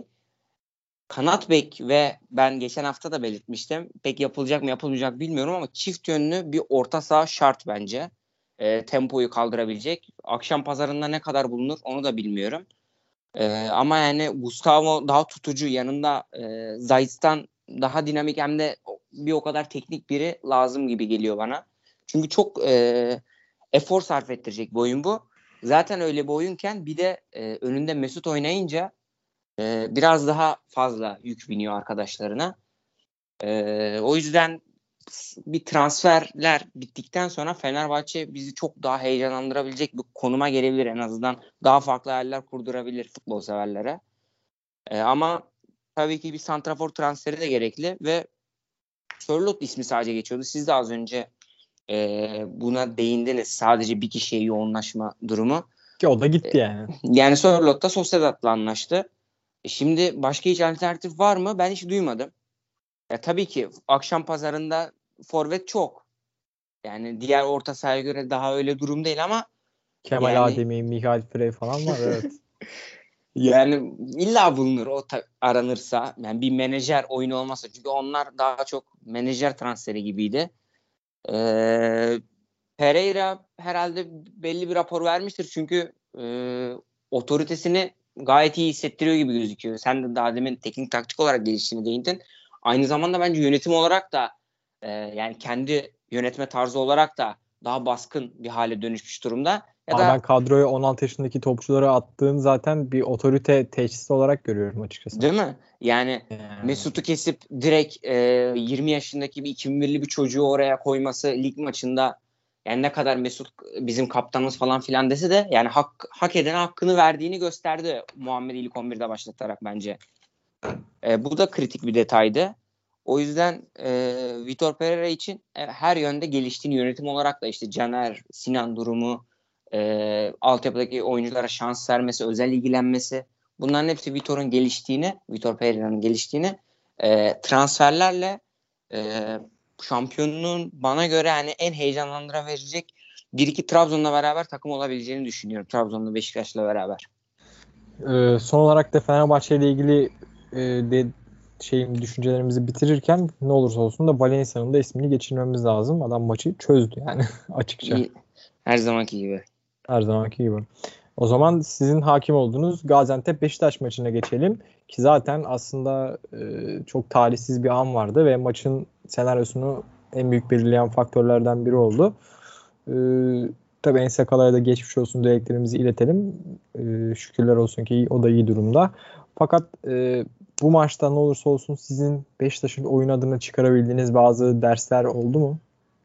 Kanat bek ve ben geçen hafta da belirtmiştim. Pek yapılacak mı yapılmayacak bilmiyorum ama çift yönlü bir orta saha şart bence. E, tempoyu kaldırabilecek. Akşam pazarında ne kadar bulunur onu da bilmiyorum. E, ama yani Gustavo daha tutucu yanında e, Zayt'tan daha dinamik hem de bir o kadar teknik biri lazım gibi geliyor bana. Çünkü çok e, efor sarf ettirecek bir oyun bu. Zaten öyle bir oyunken bir de e, önünde Mesut oynayınca Ee, biraz daha fazla yük biniyor arkadaşlarına. Ee, o yüzden bir transferler bittikten sonra Fenerbahçe bizi çok daha heyecanlandırabilecek bir konuma gelebilir. En azından daha farklı hayaller kurdurabilir futbol severlere. Ee, ama tabii ki bir santrafor transferi de gerekli ve Sörloth ismi sadece geçiyordu. Siz de az önce e, buna değindiniz. Sadece bir kişiye yoğunlaşma durumu. Ki o da gitti yani. Yani Sörloth da Sociedad'la anlaştı. E şimdi başka hiç alternatif var mı? Ben hiç duymadım. Ya tabii ki akşam pazarında forvet çok. Yani diğer orta sahaya göre daha öyle durum değil ama Kemal yani Ademi, Michael Frey falan var, evet. yani illa bulunur o ta- aranırsa. Yani bir menajer oyunu olmasa. Çünkü onlar daha çok menajer transferi gibiydi. Ee, Pereira herhalde belli bir rapor vermiştir. Çünkü e, otoritesini gayet iyi hissettiriyor gibi gözüküyor. Sen de daha demin teknik taktik olarak geliştiğini değindin. aynı zamanda bence yönetim olarak da e, yani kendi yönetme tarzı olarak da daha baskın bir hale dönüşmüş durumda. Ya Ama da ben kadroya on altı yaşındaki topçuları attığın zaten bir otorite teşhisi olarak görüyorum açıkçası. değil mi? Yani Yani. Mesut'u kesip direkt e, yirmi yaşındaki bir iki bin birli bir çocuğu oraya koyması lig maçında, yani ne kadar Mesut bizim kaptanımız falan filan dese de yani hak, hak edene hakkını verdiğini gösterdi Muhammed ilk on birde başlatarak bence. E, bu da kritik bir detaydı. O yüzden e, Vitor Pereira için e, her yönde geliştiğini, yönetim olarak da işte Caner, Sinan durumu, e, altyapıdaki oyunculara şans vermesi, özel ilgilenmesi, bunların hepsi Vitor'un geliştiğini, Vitor Pereira'nın geliştiğini e, transferlerle e, şampiyonluğun bana göre hani en heyecanlandıra verecek bir iki Trabzon'la beraber takım olabileceğini düşünüyorum. Trabzon'la Beşiktaş'la beraber. Ee, son olarak da Fenerbahçe ile ilgili e, de şeyim düşüncelerimizi bitirirken ne olursa olsun da Valencia'nın da ismini geçirmemiz lazım. Adam maçı çözdü yani açıkça. İyi. Her zamanki gibi. Her zamanki gibi. O zaman sizin hakim olduğunuz Gaziantep Beşiktaş maçına geçelim. Ki zaten aslında e, çok talihsiz bir an vardı ve maçın senaryosunu en büyük belirleyen faktörlerden biri oldu. E, tabii Ensakala'ya da geçmiş olsun dileklerimizi iletelim. E, şükürler olsun ki o da iyi durumda. Fakat e, bu maçta ne olursa olsun sizin Beşiktaş'ın oyun adına çıkarabildiğiniz bazı dersler oldu mu?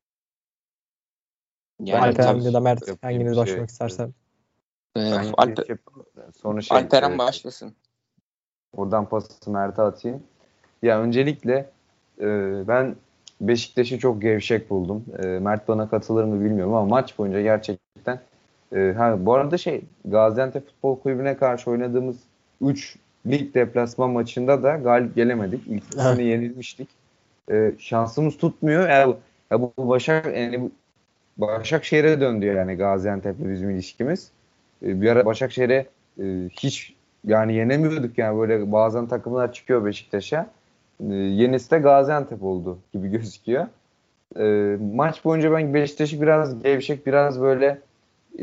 Yani Alperen tabii ya da Mert Yapayım hanginiz bir şey. başlamak istersen. e, Ben Alp, giriş yapayım. Sonra şey Alperen e, başlasın. oradan pası Mert'e atayım. Ya öncelikle e, ben Beşiktaş'ı çok gevşek buldum. E, Mert bana katılır mı bilmiyorum ama maç boyunca gerçekten e, ha, bu arada şey Gaziantep Futbol Kulübü'ne karşı oynadığımız üç lig deplasman maçında da galip gelemedik. İlk ikisini yenilmiştik. E, şansımız tutmuyor. Ya, ya bu Başak yani bu Başakşehir'e döndü yani Gaziantep'le bizim ilişkimiz. E, bir ara Başakşehir'e e, hiç yani yenemiyorduk yani böyle bazen takımlar çıkıyor Beşiktaş'a. E, yenisi de Gaziantep oldu gibi gözüküyor. E, maç boyunca ben Beşiktaş'ı biraz gevşek, biraz böyle e,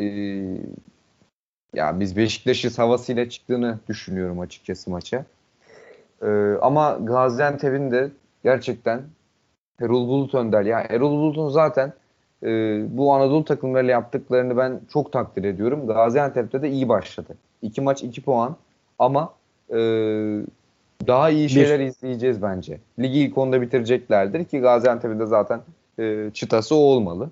ya biz Beşiktaş'ı havasıyla çıktığını düşünüyorum açıkçası maça. E, ama Gaziantep'in de gerçekten Erol Bulut önder. Ya Erol Bulut'un zaten e, bu Anadolu takımlarıyla yaptıklarını ben çok takdir ediyorum. Gaziantep'te de iyi başladı. İki maç iki puan ama e, daha iyi şeyler Bir. izleyeceğiz bence. Ligi ilk onda bitireceklerdir ki Gaziantep'in de zaten e, çıtası o olmalı.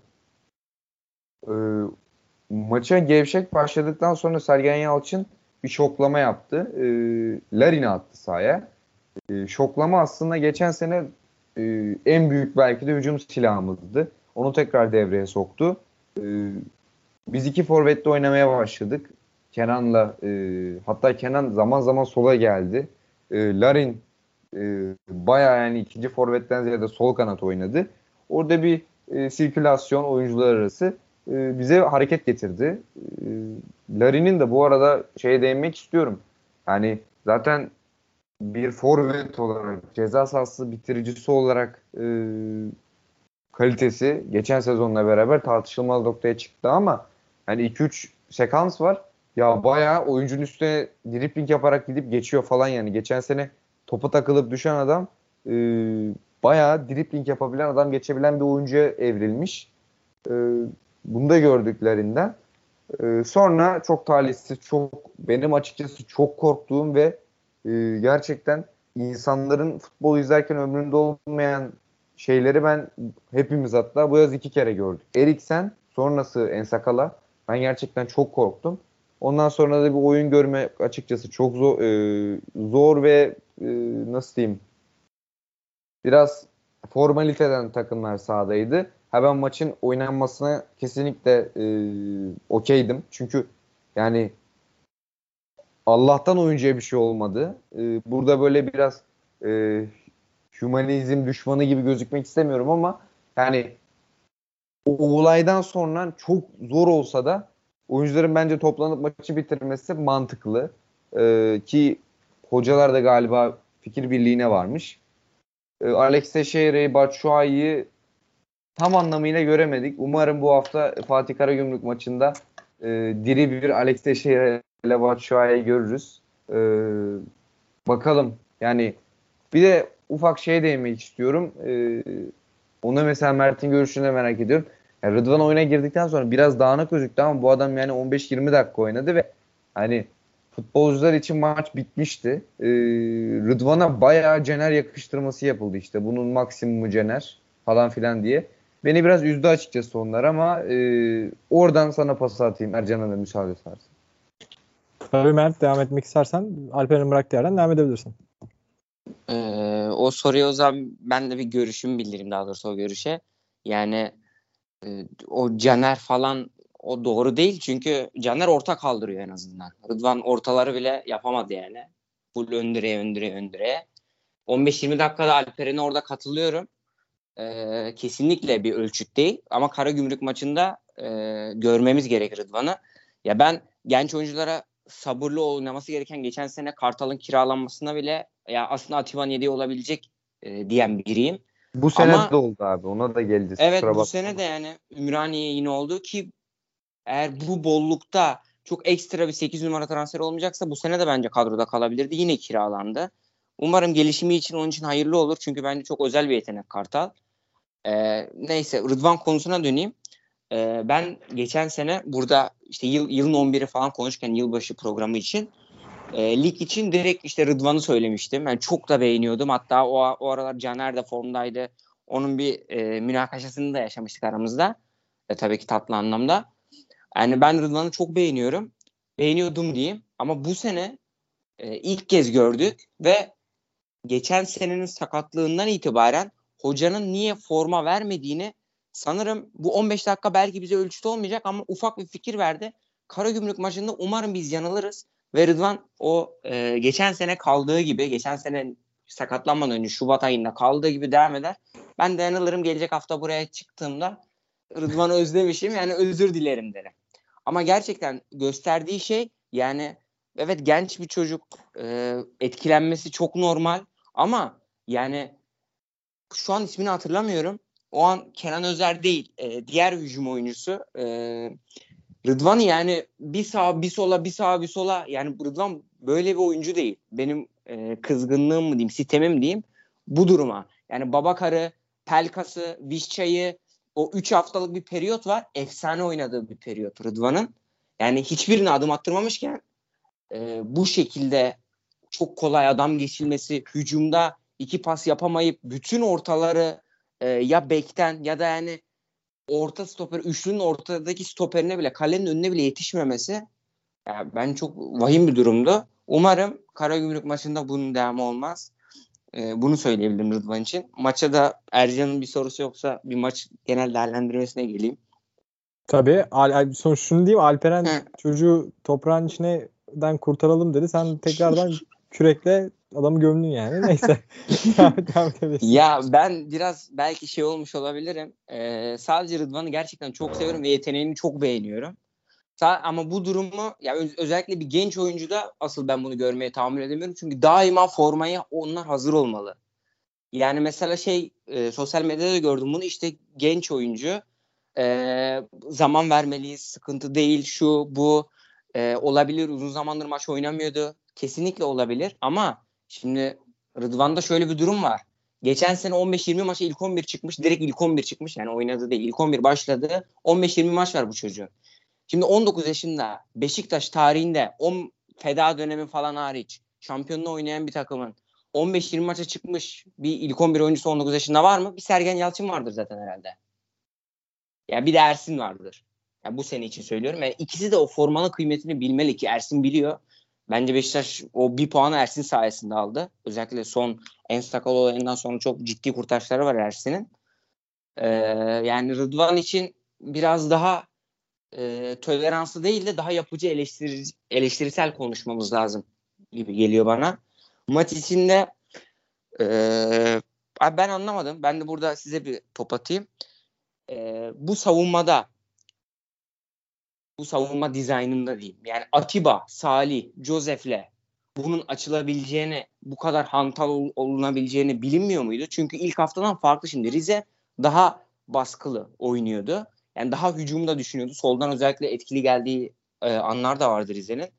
E, maça gevşek başladıktan sonra Sergen Yalçın bir şoklama yaptı. E, Larin'i attı sahaya. E, şoklama aslında geçen sene e, en büyük belki de hücum silahımızdı. Onu tekrar devreye soktu. E, biz iki forvetle oynamaya başladık. Kenan'la e, hatta Kenan zaman zaman sola geldi. E, Larin e, bayağı yani ikinci forvetten ziyade sol kanat oynadı. Orada bir e, sirkülasyon oyuncular arası e, bize hareket getirdi. E, Larin'in de bu arada şeye değinmek istiyorum. Yani zaten bir forvet olarak, ceza sahası bitiricisi olarak e, kalitesi geçen sezonla beraber tartışılmaz noktaya çıktı ama hani iki üç sekans var. Ya bayağı oyuncunun üstüne dribling yaparak gidip geçiyor falan yani. Geçen sene topa takılıp düşen adam e, bayağı dribling yapabilen, adam geçebilen bir oyuncuya evrilmiş. E, bunu da gördüklerinden. E, sonra çok talihsiz, çok benim açıkçası çok korktuğum ve e, gerçekten insanların futbol izlerken ömründe olmayan şeyleri ben hepimiz hatta bu yaz iki kere gördük. Eriksen sonrası Ensakala. Ben gerçekten çok korktum. Ondan sonra da bir oyun görme açıkçası çok zor, e, zor ve e, nasıl diyeyim biraz formaliteden takımlar sahadaydı. Ha ben maçın oynanmasına kesinlikle e, okeydim. Çünkü yani Allah'tan oyuncuya bir şey olmadı. E, burada böyle biraz e, hümanizm düşmanı gibi gözükmek istemiyorum ama yani o olaydan sonra çok zor olsa da oyuncuların bence toplanıp maçı bitirmesi mantıklı. E, ki hocalar da galiba fikir birliğine varmış. E, Alex Teixeira'yı, Batshuayi'yi tam anlamıyla göremedik. Umarım bu hafta Fatih Karagümrük maçında e, diri bir Alex Teixeira ile Batshuayi'yi görürüz. E, bakalım. Yani bir de ufak şeye değinmek istiyorum. Ee, ona mesela Mert'in görüşünü de merak ediyorum. Yani Rıdvan oyuna girdikten sonra biraz dağınık gözüktü ama bu adam yani on beş yirmi dakika oynadı ve hani futbolcular için maç bitmişti. Ee, Rıdvan'a bayağı Cener yakıştırması yapıldı işte. Bunun maksimumu Cener falan filan diye. Beni biraz üzdü açıkçası onlar ama e, oradan sana pas atayım Ercan'a da müsaade edersin. Tabii Mert, devam etmek istersen Alper'in bıraktığı yerden devam edebilirsin. Ee, o soruyu o zaman ben de bir görüşümü bildireyim, daha doğrusu o görüşe. Yani e, o Caner falan o doğru değil. Çünkü Caner orta kaldırıyor en azından. Rıdvan ortaları bile yapamadı yani. Full öndüreye öndüreye öndüreye. on beş yirmi dakikada Alperen'e orada katılıyorum. Ee, kesinlikle bir ölçüt değil. Ama Karagümrük maçında e, görmemiz gerekir Rıdvan'ı. Ya ben genç oyunculara sabırlı oynaması gereken, geçen sene Kartal'ın kiralanmasına bile ya aslında Atiba yediği olabilecek e, diyen biriyim. Bu sene Ama de oldu abi. Ona da geldi. evet, Kusura bu bakma. sene de yani Ümraniye yine oldu ki eğer bu bollukta çok ekstra bir sekiz numara transferi olmayacaksa bu sene de bence kadroda kalabilirdi. Yine kiralandı. Umarım gelişimi için onun için hayırlı olur. Çünkü bence çok özel bir yetenek Kartal. Ee, neyse, Rıdvan konusuna döneyim. Ee, ben geçen sene burada işte yıl, yılın on biri falan konuşurken yılbaşı programı için e, lig için direkt işte Rıdvan'ı söylemiştim. Yani çok da beğeniyordum. Hatta o, o aralar Caner de formdaydı. Onun bir e, münakaşasını da yaşamıştık aramızda. E, tabii ki tatlı anlamda. Yani ben Rıdvan'ı çok beğeniyorum. Beğeniyordum diyeyim. Ama bu sene e, ilk kez gördük ve geçen senenin sakatlığından itibaren hocanın niye forma vermediğini, sanırım bu on beş dakika belki bize ölçüt olmayacak ama ufak bir fikir verdi. Karagümrük maçında umarım biz yanılırız ve Rıdvan o e, geçen sene kaldığı gibi, geçen sene sakatlanmadan önce Şubat ayında kaldığı gibi devam eder. Ben de yanılırım, gelecek hafta buraya çıktığımda Rıdvan'ı özlemişim yani özür dilerim derim. Ama gerçekten gösterdiği şey, yani evet, genç bir çocuk, e, etkilenmesi çok normal. Ama yani şu an ismini hatırlamıyorum. O an Kenan Özer değil. E, diğer hücum oyuncusu. E, Rıdvan yani bir sağa bir sola bir sağa bir sola. Yani Rıdvan böyle bir oyuncu değil. Benim e, kızgınlığım mı diyeyim, sitemim diyeyim bu duruma. Yani Babakar'ı, Pelkas'ı, Vişça'yı, o üç haftalık bir periyot var. Efsane oynadığı bir periyot Rıdvan'ın. Yani hiçbirine adım attırmamışken e, bu şekilde çok kolay adam geçilmesi, hücumda iki pas yapamayıp bütün ortaları e, ya bekten ya da yani orta stoper, üçlünün ortadaki stoperine bile, kalenin önüne bile yetişmemesi, yani ben çok vahim bir durumdu. Umarım Karagümrük maçında bunun devamı olmaz. E, bunu söyleyebilirim Rıdvan için. Maça da Ercan'ın bir sorusu yoksa bir maç genel değerlendirmesine geleyim. Tabii. Al, al, son şunu diyeyim. Alperen Hı. çocuğu toprağın içinden kurtaralım dedi. Sen tekrardan kürekle adamı gömdün yani. Neyse. devam, devam edebilirsin. Ya ben biraz belki şey olmuş olabilirim. Ee, sadece Rıdvan'ı gerçekten çok seviyorum ve yeteneğini çok beğeniyorum. Sa- ama bu durumu ya öz- özellikle bir genç oyuncuda asıl ben bunu görmeye tahammül edemiyorum. Çünkü daima formaya onlar hazır olmalı. Yani mesela şey e, sosyal medyada da gördüm bunu, işte genç oyuncu e, zaman vermeliyiz, sıkıntı değil, şu bu e, olabilir, uzun zamandır maç oynamıyordu, kesinlikle olabilir ama şimdi Rıdvan'da şöyle bir durum var. Geçen sene on beş yirmi maça ilk on bir çıkmış, direkt ilk on bir çıkmış, yani oynadı değil, ilk on bir başladı, on beş yirmi maç var bu çocuğun. Şimdi on dokuz yaşında Beşiktaş tarihinde on feda dönemi falan hariç şampiyonluğu oynayan bir takımın on beş yirmi maça çıkmış bir ilk on bir oyuncusu on dokuz yaşında var mı? Bir Sergen Yalçın vardır zaten herhalde. Ya bir de Ersin vardır. Ya bu sene için söylüyorum. Yani ikisi de o formanın kıymetini bilmeli ki Ersin biliyor. Bence Beşiktaş o bir puanı Ersin sayesinde aldı. Özellikle son en sakal olayından sonra çok ciddi kurtarışları var Ersin'in. Ee, yani Rıdvan için biraz daha e, toleranslı değil de daha yapıcı, eleştiri, eleştirisel konuşmamız lazım gibi geliyor bana. Maç içinde e, ben anlamadım. Ben de burada size bir top atayım. E, bu savunmada, bu savunma dizaynında diyeyim. Yani Atiba, Salih, Josef'le bunun açılabileceğini, bu kadar hantal ol- olunabileceğini bilinmiyor muydu? Çünkü ilk haftadan farklı şimdi. Rize daha baskılı oynuyordu. Yani daha hücumda düşünüyordu. Soldan özellikle etkili geldiği e, anlar da vardı Rize'nin.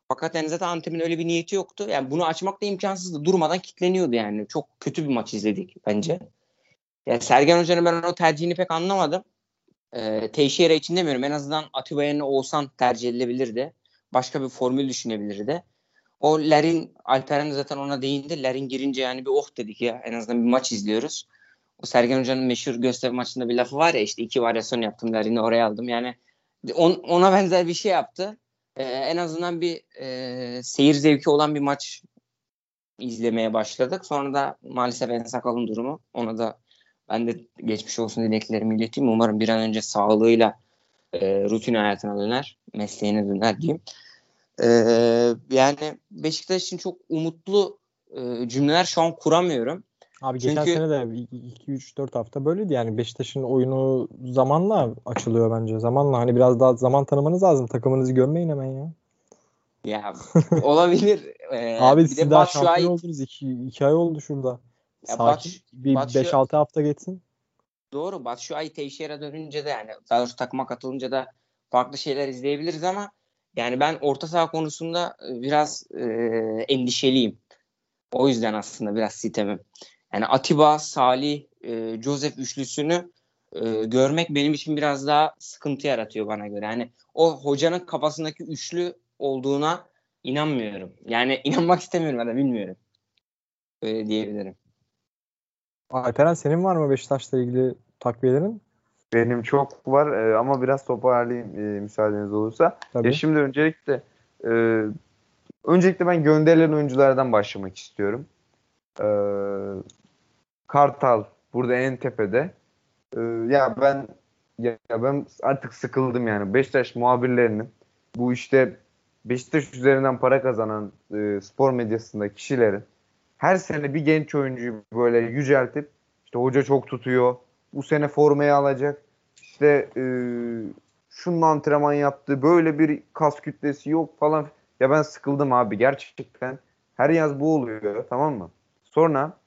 Fakat yani zaten Antep'in öyle bir niyeti yoktu. Yani bunu açmak da imkansızdı. Durmadan kilitleniyordu yani. Çok kötü bir maç izledik bence. Yani Sergen Hoca'nın ben o tercihini pek anlamadım. Ee, Teixeira için demiyorum. En azından Atiba yerine Oğuzhan tercih edilebilirdi. Başka bir formül düşünebilirdi. O Larin, Alperen de zaten ona değindi. Larin girince yani bir oh dedik ya. En azından bir maç izliyoruz. O Sergen Hoca'nın meşhur gösteri maçında bir lafı var ya, işte iki varyasyon yaptım, Larin'i oraya aldım. Yani on, ona benzer bir şey yaptı. Ee, en azından bir e, seyir zevki olan bir maç izlemeye başladık. Sonra da maalesef En Sakal'ın durumu. Ona da ben de geçmiş olsun dileklerimi ileteyim. Umarım bir an önce sağlığıyla e, rutin hayatına döner, mesleğine döner diyeyim. E, yani Beşiktaş için çok umutlu e, cümleler şu an kuramıyorum. Abi Çünkü, geçen sene de iki üç dört hafta böyleydi yani. Beşiktaş'ın oyunu zamanla açılıyor bence. Zamanla hani biraz daha zaman tanımanız lazım. Takımınızı gömmeyin hemen ya. ya olabilir. Ee, Abi bir siz de daha Batu şampiyon Şuay, oldunuz. iki, iki ay oldu şurada. ya Sakin. Batu, Bir Batu beş Şuay, altı hafta geçsin. doğru, Batu Şuay Teixeira dönünce de, yani daha doğrusu takıma katılınca da farklı şeyler izleyebiliriz ama yani ben orta saha konusunda biraz e, endişeliyim. O yüzden aslında biraz sitemim. Yani Atiba, Salih, e, Joseph üçlüsünü e, görmek benim için biraz daha sıkıntı yaratıyor bana göre. Yani o hocanın kafasındaki üçlü olduğuna inanmıyorum. Yani inanmak istemiyorum ya da bilmiyorum. Öyle diyebilirim. Alperen senin var mı Beşiktaş'la ilgili takviyelerin? Benim çok var e, ama biraz toparlayayım e, müsaadeniz olursa. Tabii. Ya şimdi öncelikle e, öncelikle ben gönderilen oyunculardan başlamak istiyorum. E, Kartal burada en tepede. E, ya ben ya ben artık sıkıldım yani. Beşiktaş muhabirlerinin bu işte Beşiktaş üzerinden para kazanan e, spor medyasında kişilerin her sene bir genç oyuncuyu böyle yüceltip işte hoca çok tutuyor. Bu sene formayı alacak. İşte e, şunun antrenman yaptı. Böyle bir kas kütlesi yok falan. Ya ben sıkıldım abi gerçekten. Her yaz bu oluyor, tamam mı? Sonra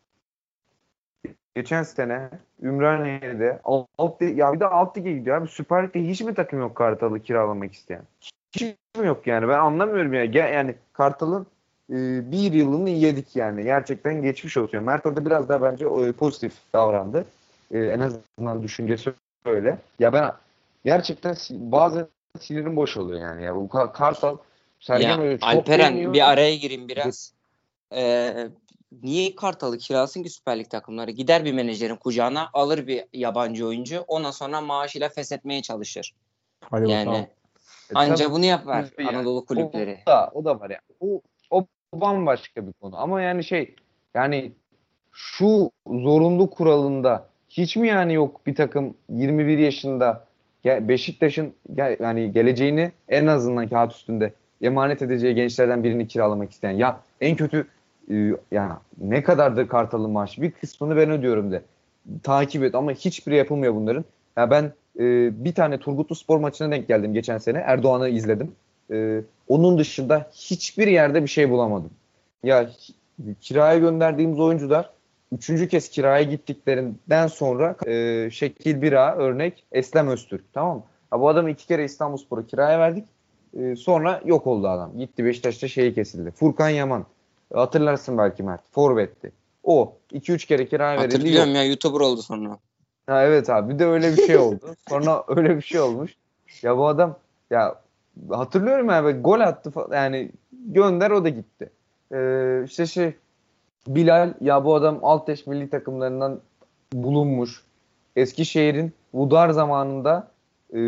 geçen sene Ümraniye'de alt, ya bir de alt lige gidiyor abi. Süper Lig'de hiç mi takım yok Kartal'ı kiralamak isteyen? Hiç mi yok yani? Ben anlamıyorum ya. Ge- Yani Kartal'ın e, bir yılını yedik yani. Gerçekten geçmiş olsun. Mert orada biraz daha bence e, pozitif davrandı. E, en azından düşüncesi öyle. Ya ben gerçekten si- bazen sinirim boş oluyor yani. Ya bu Ka- Kartal Sergen Ya Hoca çok Alperen, beğeniyor. bir araya gireyim biraz. Ee, niye Kartal'ı kirasın ki Süper Lig takımları? Gider bir menajerin kucağına, alır bir yabancı oyuncu. Ondan sonra maaşıyla feshetmeye çalışır. Hadi bakalım. Yani E, anca bunu yapar tabii yani. Anadolu O kulüpleri. da, o da var yani. O, o bambaşka bir konu. Ama yani şey yani şu zorunlu kuralında hiç mi yani yok bir takım yirmi bir yaşında ge- Beşiktaş'ın ge- yani geleceğini en azından kağıt üstünde emanet edeceği gençlerden birini kiralamak isteyen. Ya en kötü e, ya ne kadardır Kartal'ın maaşı? Bir kısmını ben ödüyorum de. Takip et ama hiçbiri yapılmıyor bunların. Ya ben e, bir tane Turgutlu Spor maçına denk geldim geçen sene. Erdoğan'ı izledim. E, onun dışında hiçbir yerde bir şey bulamadım. Ya kiraya gönderdiğimiz oyuncular üçüncü kez kiraya gittiklerinden sonra e, şekil bira örnek Eslem Öztürk, tamam mı? Ha, bu adamı iki kere İstanbulspor'a kiraya verdik. E, sonra yok oldu adam. Gitti Beşiktaş'ta şeyi kesildi. Furkan Yaman. Hatırlarsın belki Mert. Forvet'ti. O iki üç kere kiraya verildi, yok. Hatırlıyorum ya, YouTuber oldu sonra. Ha, evet abi, bir de öyle bir şey oldu. Sonra öyle bir şey olmuş. Ya bu adam ya hatırlıyorum ya, böyle gol attı falan. Yani gönder, o da gitti. Ee, işte şey Bilal, ya bu adam alt yaş milli takımlarından bulunmuş. Eskişehir'in Udar zamanında e,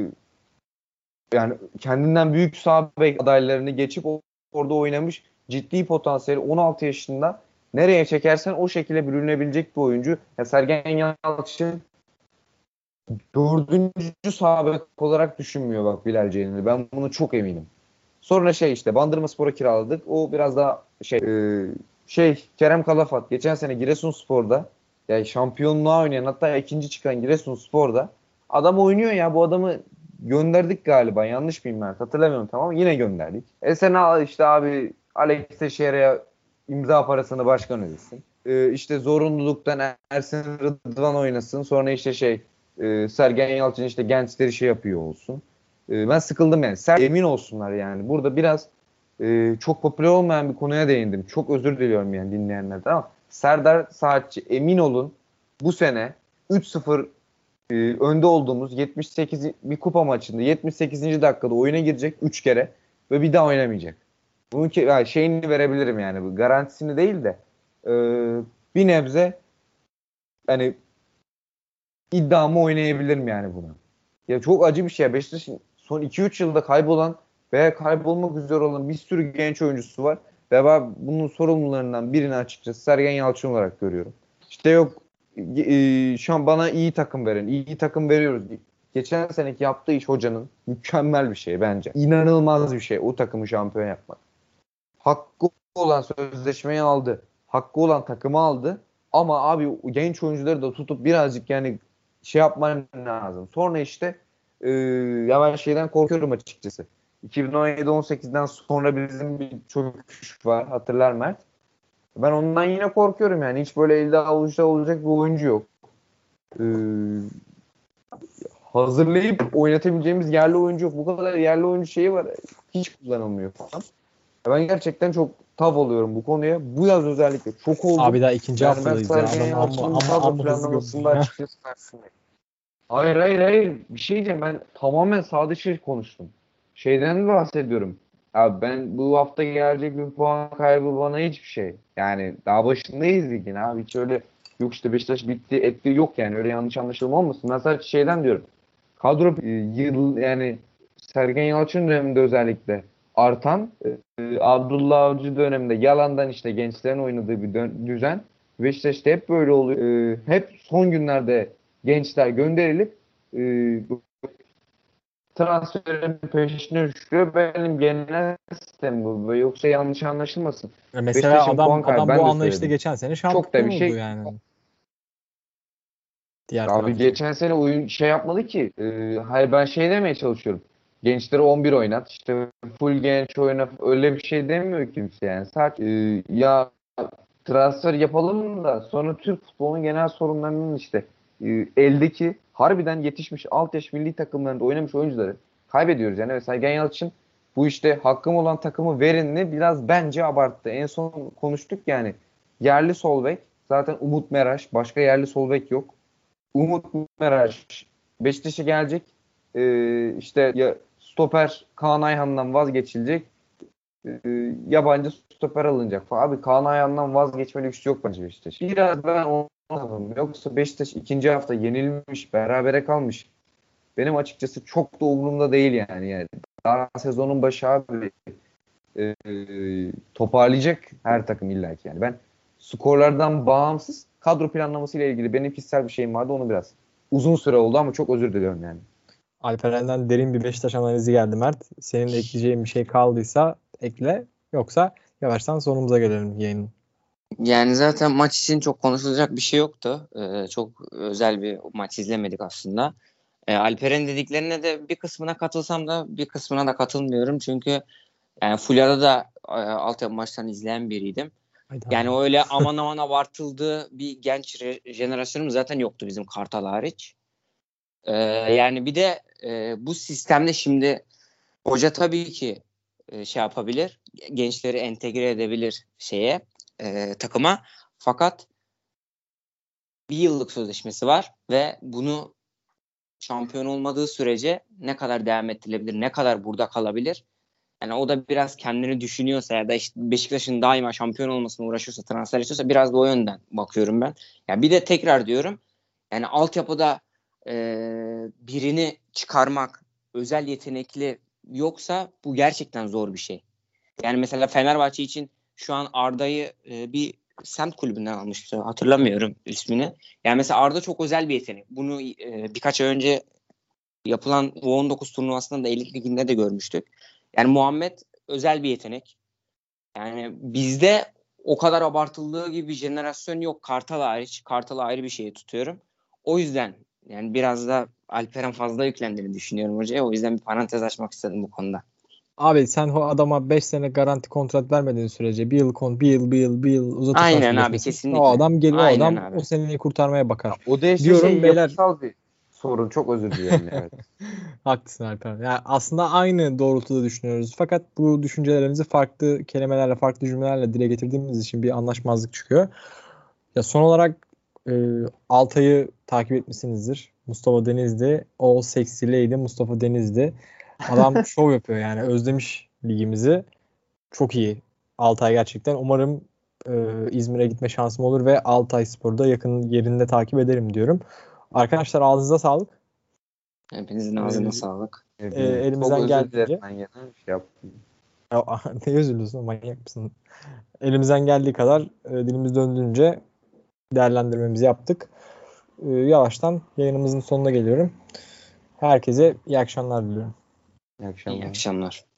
yani kendinden büyük sağ bek adaylarını geçip orada oynamış, ciddi potansiyeli, on altı yaşında, nereye çekersen o şekilde bürünebilecek bir oyuncu. Ya Sergen Yalçın dördüncü sağ bek olarak düşünmüyor bak Bilal Ceylin'i. Ben bunu çok eminim. Sonra şey işte Bandırmaspor'a kiraladık. O biraz daha şey e, şey Kerem Kalafat geçen sene Giresunspor'da, yani şampiyonluğa oynayan, hatta ikinci çıkan Giresunspor'da adam oynuyor ya, bu adamı gönderdik galiba, yanlış mıyım Mert, hatırlamıyorum, tamam, yine gönderdik. E sen al işte abi Alex Teixeira'ya imza parasını başkan ödesin. E, işte zorunluluktan Ersin Rıdvan oynasın, sonra işte şey e, Sergen Yalçın işte gençleri şey yapıyor olsun. E, ben sıkıldım yani. Sen emin olsunlar yani. Burada biraz e, çok popüler olmayan bir konuya değindim. Çok özür diliyorum yani dinleyenlerden ama Serdar Saatçi, emin olun bu sene üç sıfır e, önde olduğumuz yetmiş sekiz bir kupa maçında yetmiş sekizinci dakikada oyuna girecek üç kere ve bir daha oynamayacak. Bunun ki, yani şeyini verebilirim yani bu garantisini değil de e, bir nebze hani iddiamı oynayabilirim yani buna. Ya çok acı bir şey. Beşiktaş'ın son iki üç yılda kaybolan veya kaybolmak üzere olan bir sürü genç oyuncusu var. Ve ben bunun sorumlularından birini açıkçası Sergen Yalçın olarak görüyorum. İşte yok e, şu an bana iyi takım verin. İyi takım veriyoruz. Geçen seneki yaptığı iş hocanın mükemmel bir şey bence. İnanılmaz bir şey o takımı şampiyon yapmak. Hakkı olan sözleşmeyi aldı. Hakkı olan takımı aldı. Ama abi genç oyuncuları da tutup birazcık yani şey yapman lazım. Sonra işte e, ya ben şeyden korkuyorum açıkçası. iki bin on yedi on sekizden sonra bizim bir çöküş var. Hatırlar Mert. Ben ondan yine korkuyorum yani. Hiç böyle elde avuçta olacak bir oyuncu yok. Ee, hazırlayıp oynatabileceğimiz yerli oyuncu yok. Bu kadar yerli oyuncu şeyi var. Hiç kullanılmıyor falan. Ben gerçekten çok tav oluyorum bu konuya. Bu yaz özellikle çok oldum. Abi daha ikinci yani haftadayız ben ya. Sergen Adam Yalçın'ın amma, amma, kadro amma hızlı planlamasında gördüm. açıkçası karşısındayım. Hayır hayır hayır. Bir şey diyeceğim. Ben tamamen sade şey konuştum. Şeyden bahsediyorum. Abi ben bu hafta gelecek bir puan kaybı bana hiçbir şey. Yani daha başındayız ligin abi. Hiç öyle yok işte Beşiktaş bitti etti yok yani. Öyle yanlış anlaşılma olmasın. Ben sadece şeyden diyorum. Kadro e, yıl yani Sergen Yalçın döneminde özellikle artan e, Abdullah Avcı döneminde yalandan işte gençlerin oynadığı bir dön- düzen. Beşiktaş'ta hep böyle oluyor. E, hep son günlerde gençler gönderilip e, transferin peşine düşüyor. Benim genel sistem bu. Yoksa yanlış anlaşılmasın. Ya mesela Beşiktaş'ın puan adam kaybı adam ben bu de anlayışla söyledim. geçen sene Çok da şampiyon bir oldu şey. yani. Diğer Abi tarafta. geçen sene oyun şey yapmadı ki. E, hayır ben şey demeye çalışıyorum. Gençleri on bir oynat. İşte full genç oyna. Öyle bir şey demiyor kimse yani. Sadece e, ya transfer yapalım da sonra Türk futbolunun genel sorunlarının işte e, eldeki harbiden yetişmiş alt yaş milli takımlarında oynamış oyuncuları kaybediyoruz. Yani mesela Sergen Yalçın bu işte hakkım olan takımı verin biraz bence abarttı. En son konuştuk yani yerli sol bek zaten Umut Meraş başka yerli sol bek yok. Umut Meraş Beşiktaş'a gelecek. Ee, işte ya stoper Kaan Ayhan'dan vazgeçilecek. Ee, yabancı stoper alınacak falan. Abi Kaan Ayhan'dan vazgeçme lüksü yok bence Beşiktaş. Biraz ben onu anladım. Yoksa Beşiktaş ikinci hafta yenilmiş, berabere kalmış. Benim açıkçası çok da umurumda değil yani. yani daha sezonun başı abi e, toparlayacak her takım illaki yani. Ben skorlardan bağımsız kadro planlaması ile ilgili benim kişisel bir şeyim vardı. Onu biraz uzun süre oldu ama çok özür diliyorum yani. Alperen'den derin bir Beşiktaş analizi geldi Mert. Senin ekleyeceğin bir şey kaldıysa ekle. Yoksa yavaştan sonumuza gelelim yayının. Yani zaten maç için çok konuşulacak bir şey yoktu. Ee, çok özel bir maç izlemedik aslında. Ee, Alper'in dediklerine de bir kısmına katılsam da bir kısmına da katılmıyorum. Çünkü yani Fulya'da da e, altyapı maçlarını izleyen biriydim. Hayda. Yani öyle aman aman abartıldığı bir genç re- jenerasyonumuz zaten yoktu bizim Kartal hariç. Ee, yani bir de e, bu sistemde şimdi hoca tabii ki e, şey yapabilir. Gençleri entegre edebilir şeye e, takıma. Fakat bir yıllık sözleşmesi var ve bunu şampiyon olmadığı sürece ne kadar devam ettirilebilir, ne kadar burada kalabilir? Yani o da biraz kendini düşünüyorsa ya da işte Beşiktaş'ın daima şampiyon olmasına uğraşıyorsa, transfer istiyorsa biraz da o yönden bakıyorum ben. Yani bir de tekrar diyorum yani altyapıda e, birini çıkarmak, özel yetenekli yoksa bu gerçekten zor bir şey. Yani mesela Fenerbahçe için şu an Arda'yı e, bir semt kulübünden almıştı. Hatırlamıyorum ismini. Yani mesela Arda çok özel bir yetenek. Bunu e, birkaç ay önce yapılan U on dokuz turnuvasında da Elit Ligi'nde de görmüştük. Yani Muhammed özel bir yetenek. Yani bizde o kadar abartıldığı gibi bir jenerasyon yok. Kartal hariç. Kartal'ı ayrı bir şeye tutuyorum. O yüzden yani biraz da Alperen fazla yüklendiğini düşünüyorum hocaya. O yüzden bir parantez açmak istedim bu konuda. Abi sen o adama beş sene garanti kontrat vermediğin sürece bir yıl kon bir yıl bir yıl bir yıl uzatırsan Aynen abi, sözleşmesini, kesinlikle. o adam geliyor, o Aynen adam abi. o seneyi kurtarmaya bakar. O da işte Diyorum şey beyler, yapısal bir sorun. Çok özür dilerim. Evet. Haklısın Alper. Yani aslında aynı doğrultuda düşünüyoruz. Fakat bu düşüncelerimizi farklı kelimelerle, farklı cümlelerle dile getirdiğimiz için bir anlaşmazlık çıkıyor. Ya son olarak e, Altay'ı takip etmişsinizdir. Mustafa Denizli. O seksi lady Mustafa Denizli. Adam şov yapıyor yani. Özlemiş ligimizi. Çok iyi. Altay gerçekten. Umarım e, İzmir'e gitme şansım olur ve Altayspor'da yakın yerinde takip ederim diyorum. Arkadaşlar ağzınıza sağlık. Hepinizin ağzına Ee, sağlık. e, Hepiniz- elimizden Çok özür dilerim geldiğince ben gene bir şey yaptım. ya, ne üzülüyorsun manyak mısın? Elimizden geldiği kadar e, dilimiz döndüğünce değerlendirmemizi yaptık. E, yavaştan yayınımızın sonuna geliyorum. Herkese iyi akşamlar diliyorum. İyi İyi akşamlar. akşamlar.